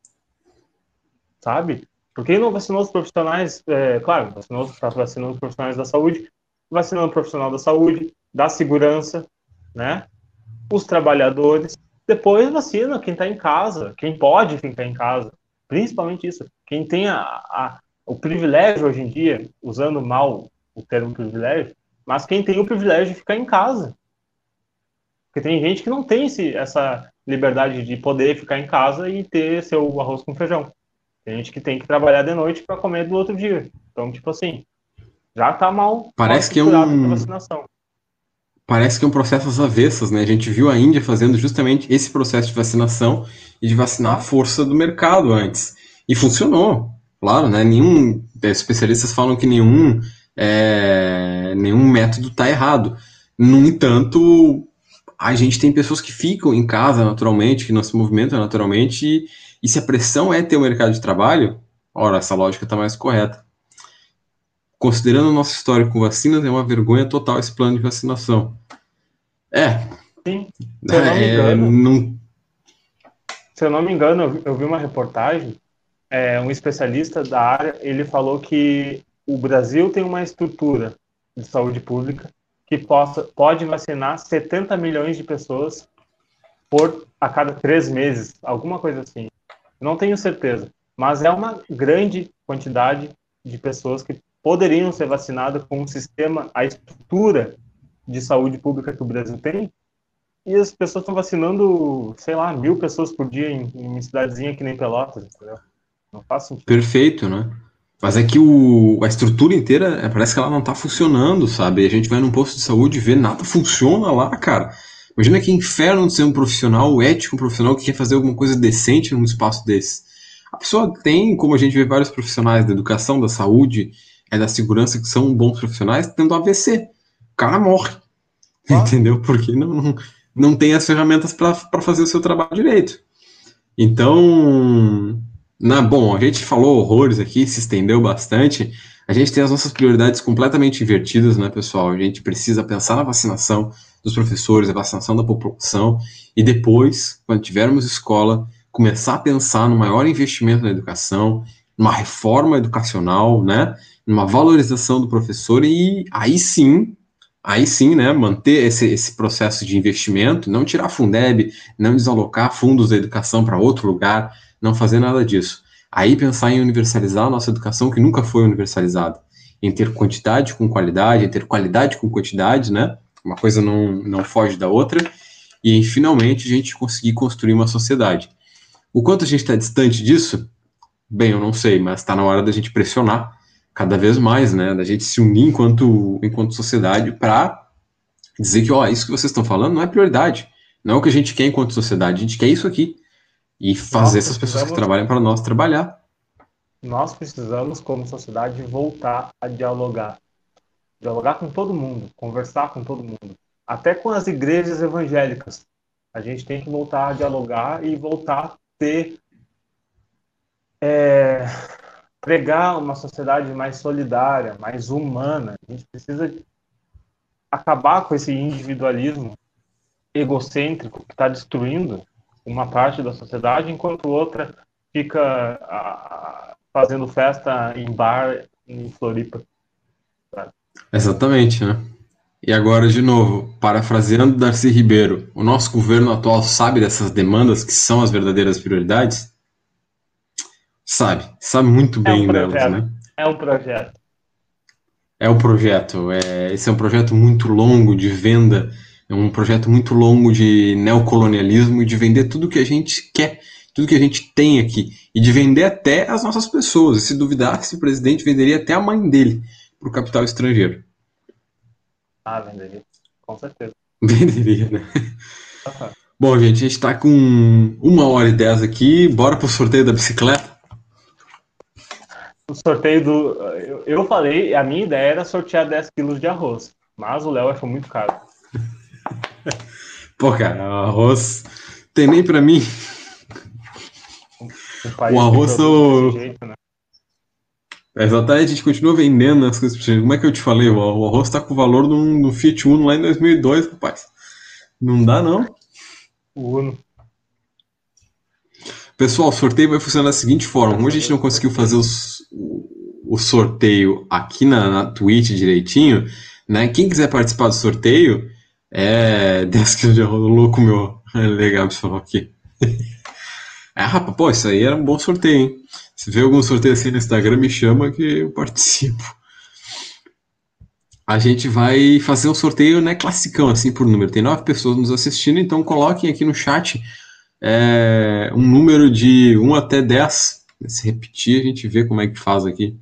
Sabe? Por que não vacinou os profissionais? Claro, está vacinando os profissionais da saúde, vacinando o profissional da saúde, da segurança, né? Os trabalhadores. Depois vacina quem está em casa, quem pode ficar em casa. Principalmente isso. Quem tem o privilégio hoje em dia, usando mal o termo privilégio, mas quem tem o privilégio de ficar em casa. Porque tem gente que não tem essa liberdade de poder ficar em casa e ter seu arroz com feijão. Tem gente que tem que trabalhar de noite para comer do outro dia. Então, tipo assim, já está mal Parece que é estruturado a um. vacinação. parece que é um processo às avessas, né? A gente viu a Índia fazendo justamente esse processo de vacinação e de vacinar a Claro, força do mercado antes. E funcionou, claro, né? Nenhum, especialistas falam que nenhum método está errado. No entanto, a gente tem pessoas que ficam em casa naturalmente, que não se movimentam naturalmente, e se a pressão é ter um mercado de trabalho, ora, essa lógica está mais correta. Considerando o nosso histórico com vacinas, é uma vergonha total esse plano de vacinação. É, sim. Se eu não me engano, não. se eu não me engano, eu vi uma reportagem, um especialista da área, ele falou que o Brasil tem uma estrutura de saúde pública que pode vacinar 70 milhões de pessoas a cada 3 meses, alguma coisa assim. Não tenho certeza, mas é uma grande quantidade de pessoas que poderiam ser vacinadas com o sistema, a estrutura de saúde pública que o Brasil tem, e as pessoas estão vacinando, sei lá, 1.000 pessoas por dia em uma cidadezinha que nem Pelotas, entendeu? Não faz sentido. Perfeito, né? Mas é que a estrutura inteira parece que ela não tá funcionando, sabe? A gente vai num posto de saúde e vê nada funciona lá, cara. Imagina que inferno de ser um profissional ético, um profissional que quer fazer alguma coisa decente num espaço desse. A pessoa tem, como a gente vê vários profissionais da educação, da saúde, da segurança, que são bons profissionais, tendo AVC. O cara morre, Claro. entendeu? Porque não tem as ferramentas para fazer o seu trabalho direito. Então, bom, a gente falou horrores aqui, se estendeu bastante. A gente tem as nossas prioridades completamente invertidas, né, pessoal? A gente precisa pensar na vacinação dos professores, a vacinação da população, e depois, quando tivermos escola, começar a pensar no maior investimento na educação, numa reforma educacional, né? Numa valorização do professor, e aí sim, né, manter esse processo de investimento, não tirar Fundeb, não desalocar fundos da educação para outro lugar, não fazer nada disso. Aí pensar em universalizar a nossa educação, que nunca foi universalizada, em ter quantidade com qualidade, em ter qualidade com quantidade, né? Uma coisa não foge da outra, e em finalmente a gente conseguir construir uma sociedade. O quanto a gente está distante disso, bem, eu não sei, mas está na hora da gente pressionar cada vez mais, né? Da gente se unir enquanto sociedade para dizer que, ó, isso que vocês estão falando não é prioridade. Não é o que a gente quer enquanto sociedade. A gente quer isso aqui. E fazer Nós essas pessoas que precisamos, trabalham para nós trabalhar. nós precisamos, como sociedade, voltar a dialogar. Dialogar com todo mundo, conversar com todo mundo. Até com as igrejas evangélicas. A gente tem que voltar a dialogar e voltar a pregar uma sociedade mais solidária, mais humana. A gente precisa acabar com esse individualismo egocêntrico que está destruindo uma parte da sociedade, enquanto outra fica fazendo festa em bar em Floripa. Sabe? Exatamente, né? E agora, de novo, parafraseando Darcy Ribeiro, o nosso governo atual sabe dessas demandas que são as verdadeiras prioridades? Sabe muito É um bem delas, projeto. né? É um projeto. É o projeto, esse é um projeto muito longo de venda, é um projeto muito longo de neocolonialismo e de vender tudo que a gente quer, tudo que a gente tem aqui, e de vender até as nossas pessoas. E se duvidasse, o presidente venderia até a mãe dele para o capital estrangeiro. Ah, venderia. Com certeza. Venderia, né? Uhum. Bom, gente, a gente está com 1h10 aqui, bora pro sorteio da bicicleta? O sorteio do. Eu falei, a minha ideia era sortear 10 quilos de arroz, mas o Léo achou muito caro. Pô, cara, arroz tem nem para mim. Um O país que arroz produz desse tô... jeito, né? Exatamente, a gente continua vendendo as coisas. Como é que eu te falei? O arroz tá com o valor do Fiat Uno lá em 2002, rapaz. Não dá, não. O Uno. Pessoal, o sorteio vai funcionar da seguinte forma. Como a Dessa gente vez não eu conseguiu gostei. fazer o sorteio aqui na Twitch direitinho, né? Quem quiser participar do sorteio, 10 quilos de arroz louco, meu. É legal, você falou aqui. Rapaz, pô, isso aí era um bom sorteio, hein? Se vê algum sorteio assim no Instagram, me chama que eu participo. A gente vai fazer um sorteio, né, classicão, assim, por número. Tem 9 pessoas nos assistindo, então coloquem aqui no chat um número de 1 até 10. Se repetir, a gente vê como é que faz aqui.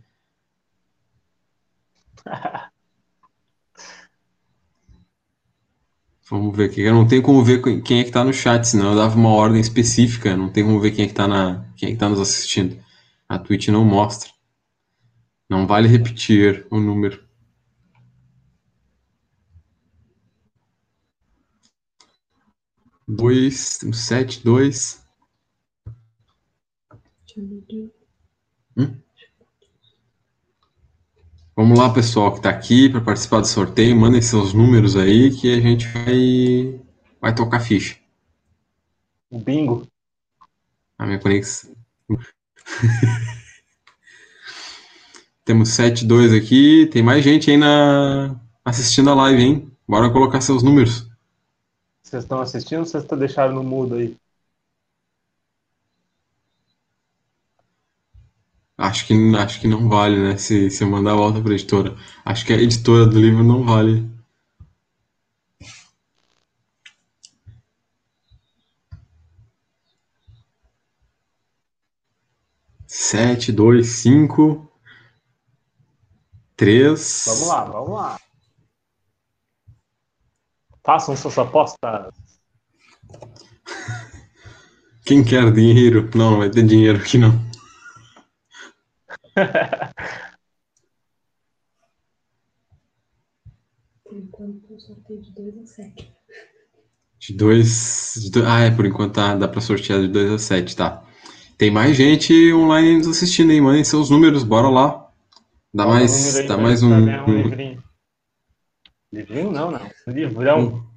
Vamos ver aqui. Eu não tenho como ver quem é que tá no chat, senão eu dava uma ordem específica. Não tem como ver quem é que tá quem é que tá nos assistindo. A Twitch não mostra. Não vale repetir o número. Temos 7, 2. Vamos lá, pessoal que tá aqui para participar do sorteio. Mandem seus números aí que a gente vai tocar ficha. Bingo. A minha conexão. Temos 7-2 aqui. Tem mais gente aí assistindo a live, hein? Bora colocar seus números. Vocês estão assistindo ou vocês deixaram no mudo aí? Acho que não vale, né? Se eu mandar a volta para a editora. Acho que a editora do livro não vale. Sete, 2, 5, 3. Vamos lá. Façam suas apostas. Quem quer dinheiro? Não vai ter dinheiro aqui não. Por enquanto eu sorteio de 2 a 7. Por enquanto dá para sortear de 2 a 7, tá. Tem mais gente online nos assistindo, hein? Mandem seus números, bora lá. Dá mais um. Um livrinho. Livrinho não. Livrão.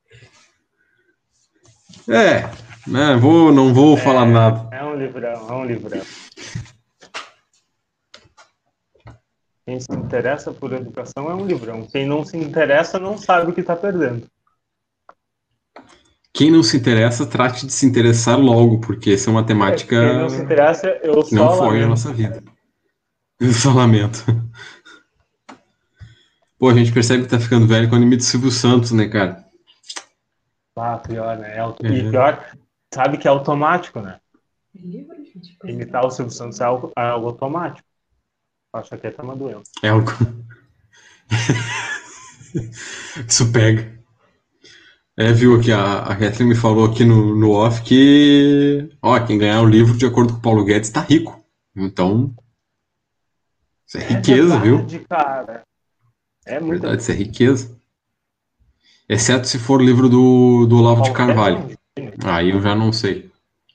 Não vou falar nada. É um livrão. Quem se interessa por educação é um livrão. Quem não se interessa não sabe o que está perdendo. Quem não se interessa, trate de se interessar logo, porque essa é uma temática quem não se interessa, que não foge a nossa vida. Eu só lamento. Pô, a gente percebe que tá ficando velho com o anime do Silvio Santos, né, cara? Pior, né? E pior, sabe que é automático, né? Imitar o Silvio Santos é algo automático. Acho que tá uma doença. É algo. Isso pega. Viu aqui, a Kathleen me falou aqui no off que quem ganhar o livro de acordo com o Paulo Guedes tá rico. Então, isso é riqueza, verdade, viu? Cara. É muito verdade, isso é riqueza. Exceto se for livro do Olavo de Carvalho. Aí eu já não sei.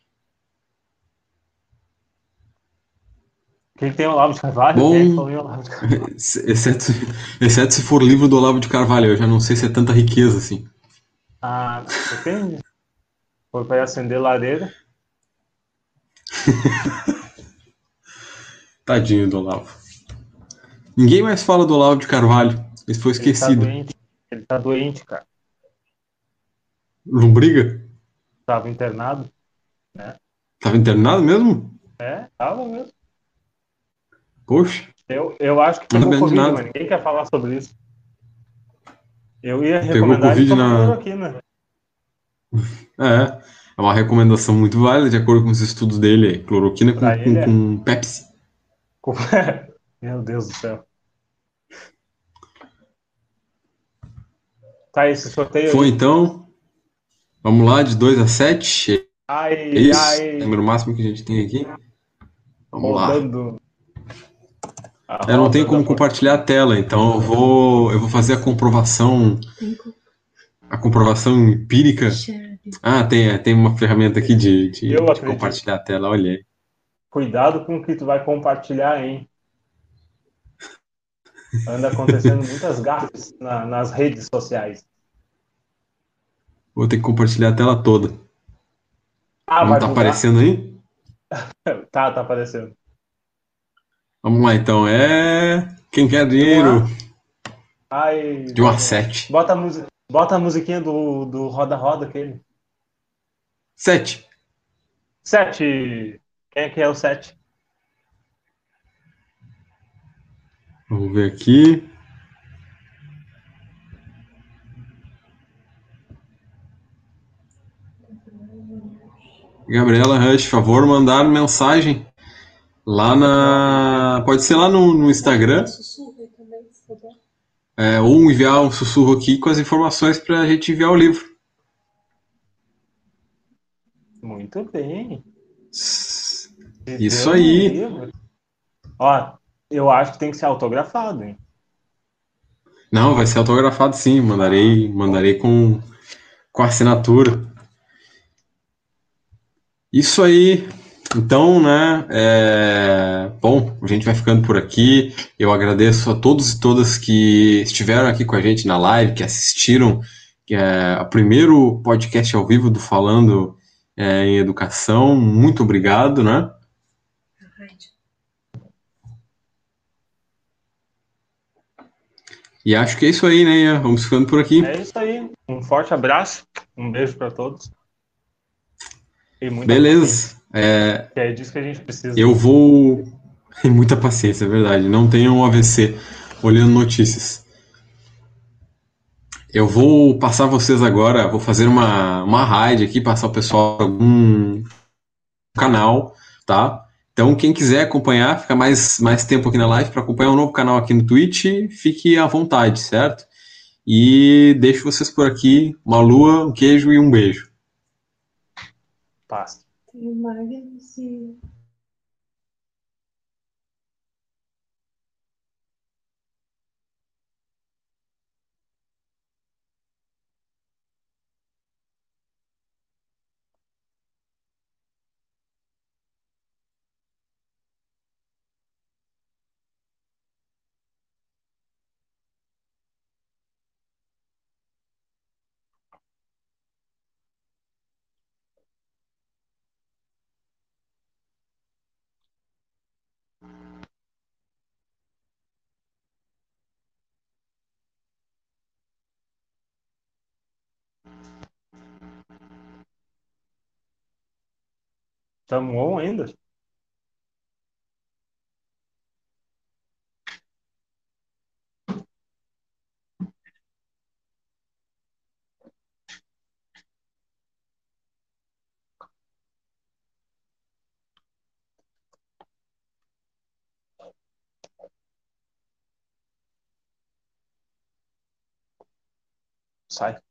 Quem tem o Olavo de Carvalho? Bom, exceto se for livro do Olavo de Carvalho, eu já não sei se é tanta riqueza assim. Depende. Foi para acender lareira. Tadinho do Olavo. Ninguém mais fala do Olavo de Carvalho. Ele foi esquecido. Ele tá doente, cara. Lombriga? Tava internado, né? Tava internado mesmo? Tava mesmo. Poxa. Eu acho que pegou Covid, mas ninguém quer falar sobre isso. Eu ia recomendar ele tomar cloroquina. É uma recomendação muito válida, de acordo com os estudos dele. Cloroquina com Pepsi. Meu Deus do céu. Tá, esse sorteio foi aí. Então. Vamos lá, de 2 a 7. É isso? Número máximo que a gente tem aqui. Vamos rodando. Lá. Eu não tenho como compartilhar a tela, então eu vou fazer a comprovação. A comprovação empírica. Tem uma ferramenta aqui de compartilhar a tela, olha aí. Cuidado com o que tu vai compartilhar, hein? Anda acontecendo muitas gafes nas redes sociais. Vou ter que compartilhar a tela toda. Não tá aparecendo aí? Tá aparecendo. Vamos lá, então. Quem quer dinheiro? De 1 a 7. Bota a musiquinha do Roda-Roda, aquele. 7. 7. Quem é que é o 7? Vamos ver aqui. Gabriela Rush, favor, mandar mensagem lá pode ser lá no Instagram. ou enviar um sussurro aqui com as informações para a gente enviar o livro. Muito bem. Te Isso dando um aí. livro. Ó, eu acho que tem que ser autografado, hein? Não, vai ser autografado sim. Mandarei com assinatura. Isso aí. Então, né? Bom, a gente vai ficando por aqui. Eu agradeço a todos e todas que estiveram aqui com a gente na live, que assistiram o primeiro podcast ao vivo do Falando em Educação. Muito obrigado, né? E acho que é isso aí, né, Ian? Vamos ficando por aqui. É isso aí. Um forte abraço. Um beijo para todos. E muita paciência. Beleza. Que é disso que a gente precisa. Eu vou. Tem muita paciência, é verdade. Não tenham um AVC olhando notícias. Eu vou passar vocês agora, vou fazer uma raid aqui, passar o pessoal para algum canal, tá? Então, quem quiser acompanhar, ficar mais tempo aqui na live para acompanhar um novo canal aqui no Twitch, fique à vontade, certo? E deixo vocês por aqui. Uma lua, um queijo e um beijo. Paz. Tem o Magnus e Estamos on ainda? Sai.